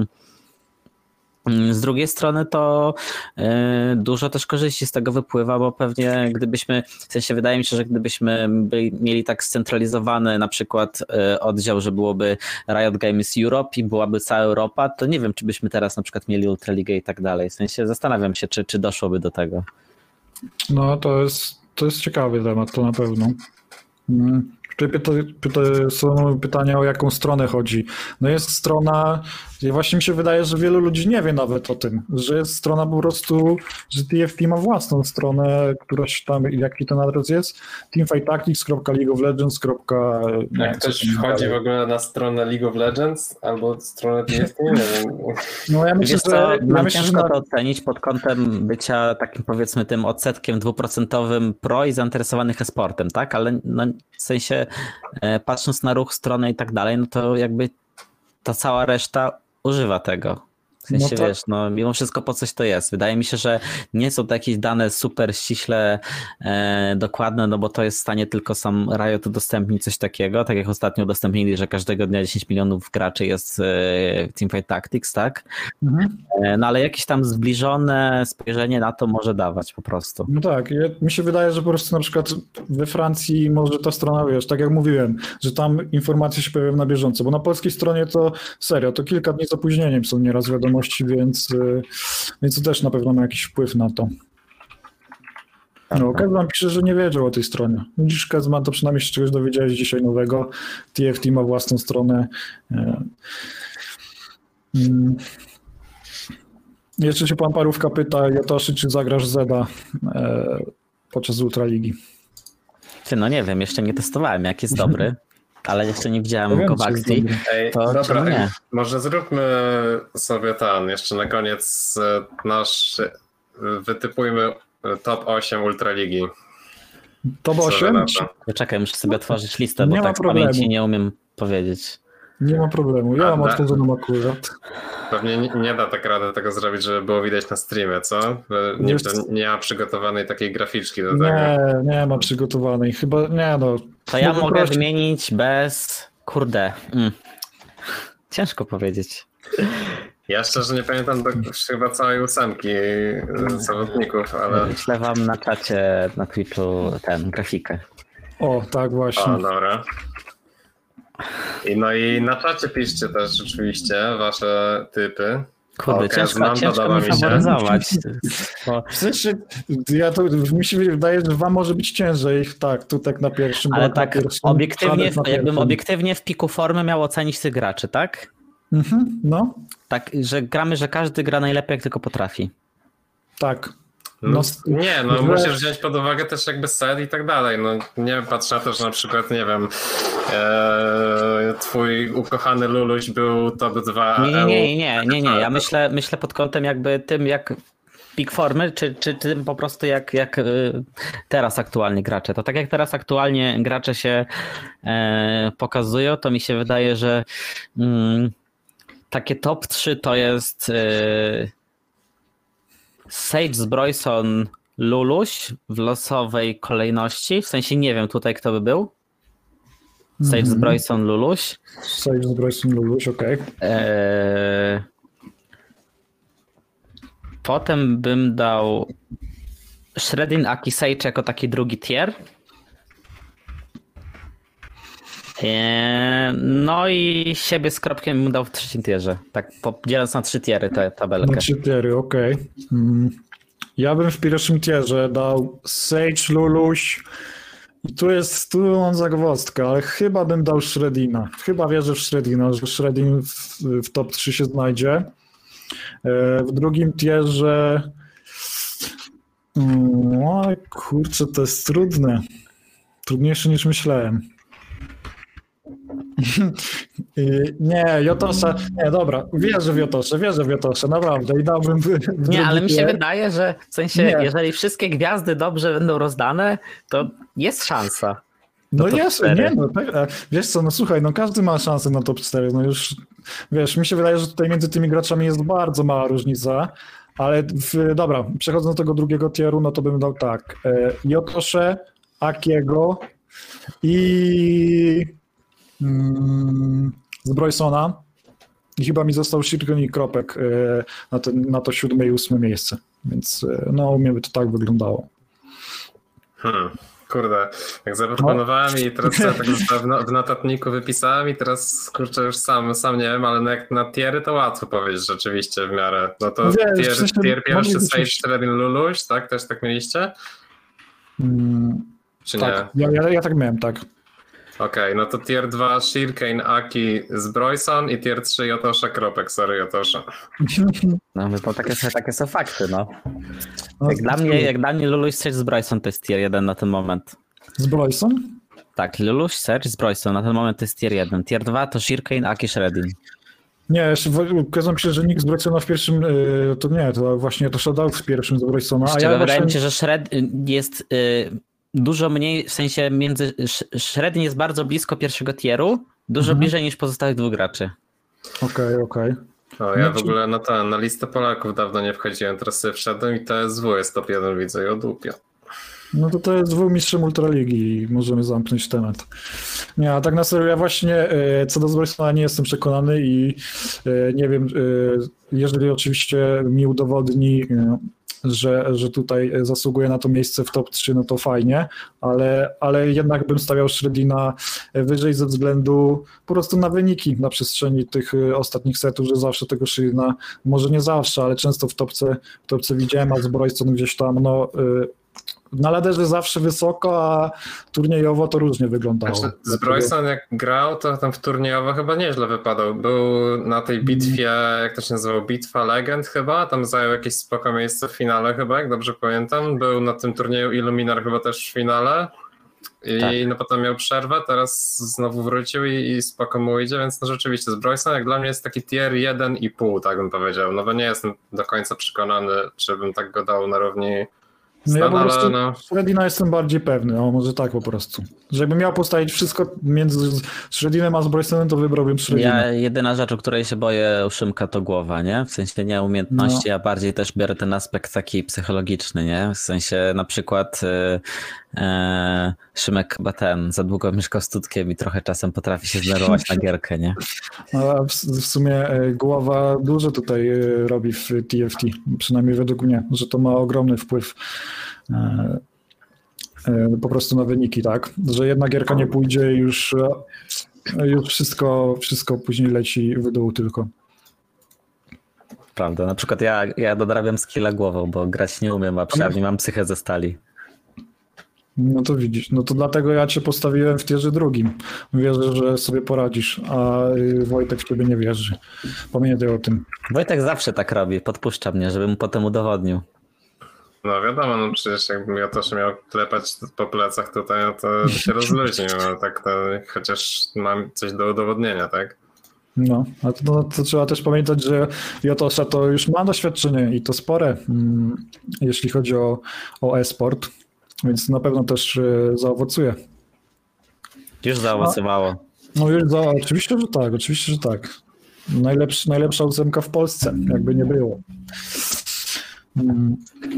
z drugiej strony to dużo też korzyści z tego wypływa, bo pewnie gdybyśmy, w sensie wydaje mi się, że gdybyśmy byli, mieli tak scentralizowany na przykład oddział, że byłoby Riot Games Europe i byłaby cała Europa, to nie wiem, czy byśmy teraz na przykład mieli Ultraligę i tak dalej. W sensie zastanawiam się, czy, czy doszłoby do tego. No to jest, to jest ciekawy temat, to na pewno. Hmm. Pyta, pyta, są pytania, o jaką stronę chodzi. No jest strona, właśnie mi się wydaje, że wielu ludzi nie wie nawet o tym, że jest strona po prostu, że T F T ma własną stronę, która się tam, jaki ten adres jest? teamfighttactics kropka league of legends. Jak ktoś wchodzi w ogóle na stronę League of Legends albo stronę T F T, nie wiem. No ja myślę, Wiesz, że... Mam ja myślę, ciężko że... to ocenić pod kątem bycia takim powiedzmy tym odsetkiem dwuprocentowym pro i zainteresowanych e-sportem, tak? Ale no, w sensie patrząc na ruch strony i tak dalej, no to jakby ta cała reszta używa tego. W sensie, no to... wiesz, no mimo wszystko po coś to jest. Wydaje mi się, że nie są to jakieś dane super ściśle e, dokładne, no bo to jest w stanie tylko sam Riot udostępnić coś takiego, tak jak ostatnio udostępnili, że każdego dnia dziesięć milionów graczy jest e, Teamfight Tactics, tak? Mhm. E, no ale jakieś tam zbliżone spojrzenie na to może dawać po prostu. No tak, ja, mi się wydaje, że po prostu na przykład we Francji może ta strona, wiesz, tak jak mówiłem, że tam informacje się pojawiają na bieżąco, bo na polskiej stronie to serio, to kilka dni z opóźnieniem są nieraz wiadomo wiadomości, więc, więc to też na pewno ma jakiś wpływ na to. No, Kezman pisze, że nie wiedział o tej stronie. Widzisz, Kezman, to przynajmniej się czegoś dowiedziałeś dzisiaj nowego. T F T ma własną stronę. Jeszcze się pan Parówka pyta, Jotoszy, czy zagrasz Zeda podczas Ultraligi? Ty, no nie wiem, jeszcze nie testowałem, jak jest dobry, ale jeszcze nie widziałem go w akcji. Ej, to dobra, nie? Może zróbmy sobie ten, jeszcze na koniec nasz, wytypujmy top osiem Ultraligi. Top osiem? Poczekaj, muszę sobie otworzyć listę, bo nie tak z pamięci nie umiem powiedzieć. Nie ma problemu, ja mam otworzoną akurat. Pewnie nie, nie da tak rady tego zrobić, żeby było widać na streamie, co? Nie, Wiesz, nie ma przygotowanej takiej graficzki do nie, tego. Nie, nie ma przygotowanej, chyba, nie no. To ja mogę prosić. wymienić bez, kurde, mm. ciężko powiedzieć. Ja szczerze nie pamiętam do, chyba całej ósemki zawodników, ale... Wyślę wam na czacie na Twitchu ten grafikę. O, tak właśnie. O, dobra. I no i na czacie piszcie też rzeczywiście wasze typy. Kurde, o, ciężko, Kezman, ciężko mi mi się. faworyzować. Bo... W sensie, ja to, mi się wydaje, że wam może być ciężej, tak, tu tak na pierwszym. Ale na tak pierwszym, obiektywnie, na jakbym pierwszym. obiektywnie w piku formy miał ocenić tych graczy, tak? Mhm, no, Tak, że gramy, że każdy gra najlepiej jak tylko potrafi. tak. No, No, nie, no że- musisz wziąć pod uwagę też jakby set i tak dalej. No nie patrz na to, że na przykład, nie wiem, e, twój ukochany Luluś był top dwa. Nie, nie, nie, nie, nie, nie. Ja myślę, myślę pod kątem jakby tym, jak pik formy, czy, czy tym po prostu jak, jak y, teraz aktualnie gracze. To tak jak teraz aktualnie gracze się e, pokazują, to mi się wydaje, że mm, takie top trzy to jest y, Sage, Zbrojson, Luluś w losowej kolejności. W sensie nie wiem tutaj kto by był. Sage, Mhm. Zbrojson, Luluś. Save z Bryson Luluś, okej. Eee, Potem bym dał Shreddin, Aki, Sage jako taki drugi tier. Eee, No i siebie z kropkiem bym dał w trzecim tierze. Tak dzieląc na trzy tiery tę tabelkę. Na trzy tiery, okej. Mm. Ja bym w pierwszym tierze dał Sage, Luluś. I tu jest, tu mam zagwozdkę, ale chyba bym dał Shreddina. Chyba wierzę w Shreddina, że Shreddin w, w top trzy się znajdzie. E, W drugim tierze... No kurczę, to jest trudne. Trudniejsze niż myślałem. I nie, Jotosza, nie, dobra, wierzę w Jotoszę, wierzę w Jotoszę, naprawdę i dałbym... w- w Nie, ale drugi mi się tier. wydaje, że w sensie, Nie. jeżeli wszystkie gwiazdy dobrze będą rozdane, to jest szansa. No top jest, cztery. nie, no tak, e, wiesz co, no słuchaj, no każdy ma szansę na top cztery, no już, wiesz, mi się wydaje, że tutaj między tymi graczami jest bardzo mała różnica, ale w, dobra, przechodząc do tego drugiego tieru, no to bym dał tak, e, Jotosze, Akiego i mm, Zbrojsona i chyba mi został Shirken i Kropek e, na, ten, na to siódme i ósme miejsce, więc e, no u mnie by to tak wyglądało. Hmm. Kurde, jak zaproponowałem i teraz sobie tak w, no- w notatniku wypisałem i teraz kurczę już sam, sam nie wiem, ale no jak na tiery to łatwo powiedzieć rzeczywiście w miarę. No to No wiesz, tier, w sensie tier pierwszy mogli Sage, być- Shreddin, Luluś, tak? Też tak mieliście? Mm, Czy tak, nie? ja, ja, ja tak miałem, tak. Okej, no to tier dwa Shirkane, Aki, Zbrojson i tier trzy Jotosza, Kropek, sorry Jotosza. No bo takie, są- takie są fakty, no. No, Jak dla mnie, jak dla mnie Luluś, Sage, Zbrojson to jest tier jeden na ten moment. Zbrojson? Tak, Luluś, Sage, Zbrojson na ten moment to jest tier jeden. Tier dwa to Shirkane, Aki, Shreddin. Nie, jeszcze w- okazuje mi się, że nikt z Brojsona w pierwszym, y, to nie, to właśnie to Shadow w pierwszym z Brojsona, a Z czego ja wydaje mi właśnie... się, że Shred jest y, dużo mniej, w sensie między Sh- Shreddin jest bardzo blisko pierwszego tieru, dużo Mhm. bliżej niż pozostałych dwóch graczy. Okej, okej. O, ja w Znaczy- ogóle na, ten, na listę Polaków dawno nie wchodziłem, teraz sobie wszedłem i T S W jest top jeden, widzę i odłupia. No to to jest dwóch mistrzem Ultraligi i możemy zamknąć temat. Nie, a tak na serio, ja właśnie y, co do Zbrojsona nie jestem przekonany i y, nie wiem, y, jeżeli oczywiście mi udowodni, y, że, że tutaj zasługuje na to miejsce w top trzy, no to fajnie, ale, ale jednak bym stawiał Shredina wyżej ze względu po prostu na wyniki na przestrzeni tych ostatnich setów, że zawsze tego Shredina, może nie zawsze, ale często w topce, w topce widziałem, a z Bryson gdzieś tam, no na laderze zawsze wysoko, a turniejowo to różnie wyglądało. Znaczy, z Bryson jak grał, to tam w turniejowo chyba nieźle wypadał. Był na tej bitwie, jak to się nazywało, Bitwa Legend chyba, tam zajął jakieś spoko miejsce w finale chyba, jak dobrze pamiętam. Był na tym turnieju Illuminar chyba też w finale i tak. No potem miał przerwę, teraz znowu wrócił i, i spoko mu idzie, więc no rzeczywiście z Bryson jak dla mnie jest taki tier jeden i pół, tak bym powiedział, no bo nie jestem do końca przekonany, czy bym tak go dał na równi. No ja po prostu no. Shredina jestem bardziej pewny, o może tak po prostu. Że jakbym miał postawić wszystko między Shredinem a z Brysonem, to wybrałbym Shredina. Ja jedyna rzecz, o której się boję u Szymka, to głowa, nie? W sensie nie umiejętności, no. A bardziej też biorę ten aspekt taki psychologiczny, nie? W sensie na przykład e, e, Szymek chyba ten za długo mieszkał z Tutkiem i trochę czasem potrafi się zdenerwować na gierkę, nie? A w, w sumie głowa dużo tutaj robi w T F T, przynajmniej według mnie, że to ma ogromny wpływ po prostu na wyniki, tak? Że jedna gierka nie pójdzie i już, już wszystko, wszystko później leci w dół tylko. Prawda, na przykład ja, ja dodrabiam skilla głową, bo grać nie umiem, a przynajmniej mam psychę ze stali. No to widzisz, no to dlatego ja cię postawiłem w tierze drugim. Wierzę, że sobie poradzisz, a Wojtek w ciebie nie wierzy. Pamiętaj o tym. Wojtek zawsze tak robi, podpuszcza mnie, żebym mu potem udowodnił. No wiadomo, no przecież jakbym ja też miał klepać po plecach tutaj, no to się rozluźnił, no tak to, chociaż mam coś do udowodnienia, tak? No, a to, no, to trzeba też pamiętać, że Jotosza to już ma doświadczenie i to spore, mm, jeśli chodzi o, o e-sport, więc na pewno też y, zaowocuje. Już zaowocowało. A, no już za, oczywiście, że tak, oczywiście, że tak. Najlepszy, najlepsza ósemka w Polsce, jakby nie było. Mm.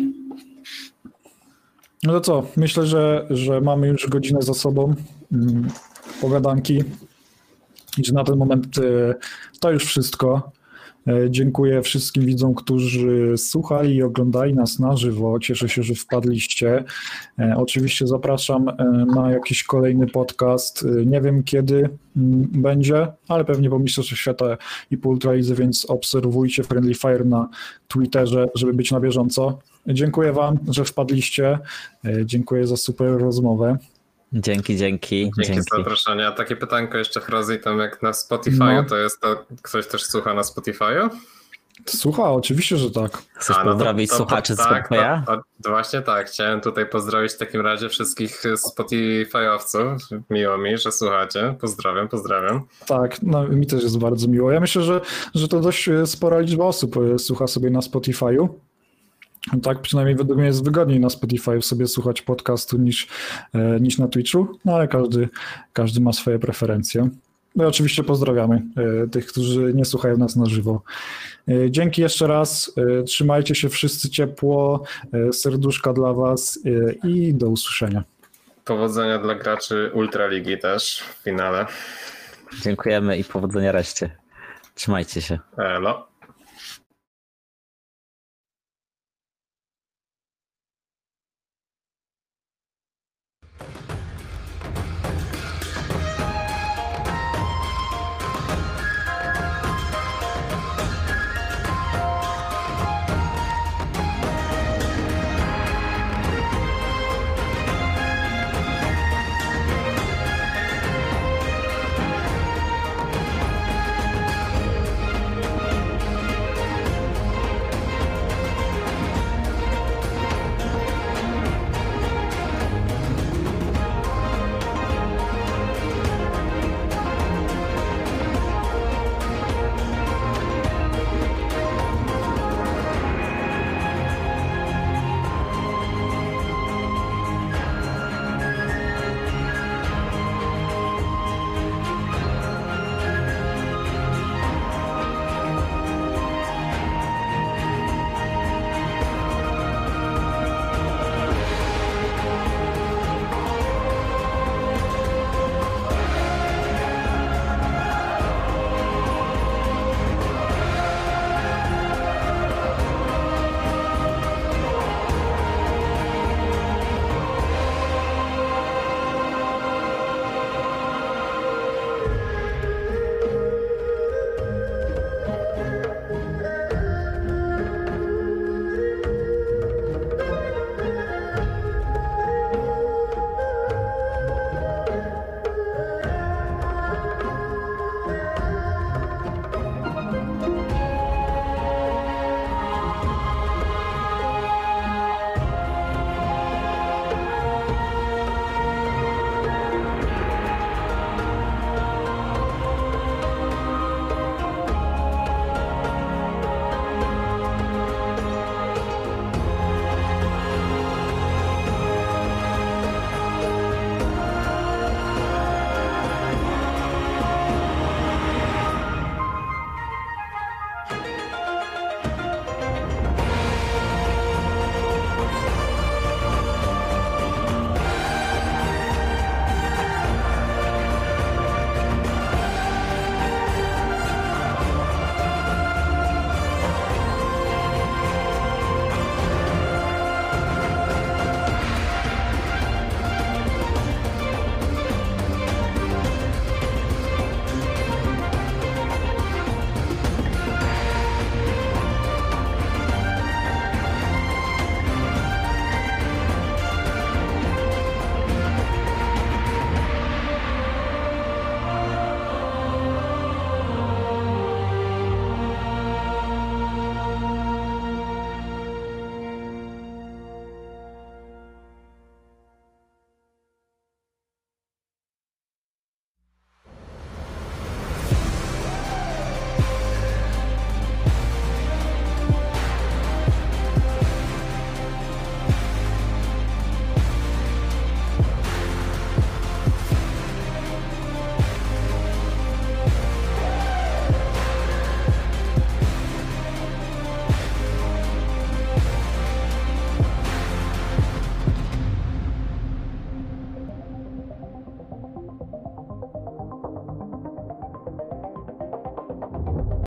No to co, myślę, że, że mamy już godzinę za sobą mm, pogadanki i że na ten moment to już wszystko. Dziękuję wszystkim widzom, którzy słuchali i oglądali nas na żywo. Cieszę się, że wpadliście. Oczywiście zapraszam na jakiś kolejny podcast. Nie wiem kiedy będzie, ale pewnie po Mistrzostwach Świata i po Ultralidze, więc obserwujcie Friendly Fire na Twitterze, żeby być na bieżąco. Dziękuję wam, że wpadliście. Dziękuję za super rozmowę. Dzięki, dzięki. Dzięki, dzięki. za zaproszenie. A takie pytanko jeszcze Frozy, tam jak na Spotify'u, no. To jest to, ktoś też słucha na Spotify'u? Słucha, oczywiście, że tak. Chcesz A, no pozdrowić to, to, słuchaczy to, z tak, Spotify'a? To, to właśnie tak, chciałem tutaj pozdrowić w takim razie wszystkich Spotify'owców. Miło mi, że słuchacie. Pozdrawiam, pozdrawiam. Tak, no mi też jest bardzo miło. Ja myślę, że, że to dość spora liczba osób słucha sobie na Spotify'u. Tak, przynajmniej według mnie jest wygodniej na Spotify sobie słuchać podcastu niż, niż na Twitchu, no ale każdy, każdy ma swoje preferencje. No i oczywiście pozdrawiamy tych, którzy nie słuchają nas na żywo. Dzięki jeszcze raz, trzymajcie się wszyscy ciepło, serduszka dla was i do usłyszenia. Powodzenia dla graczy Ultraligi też w finale. Dziękujemy i powodzenia reszcie. Trzymajcie się. Elo.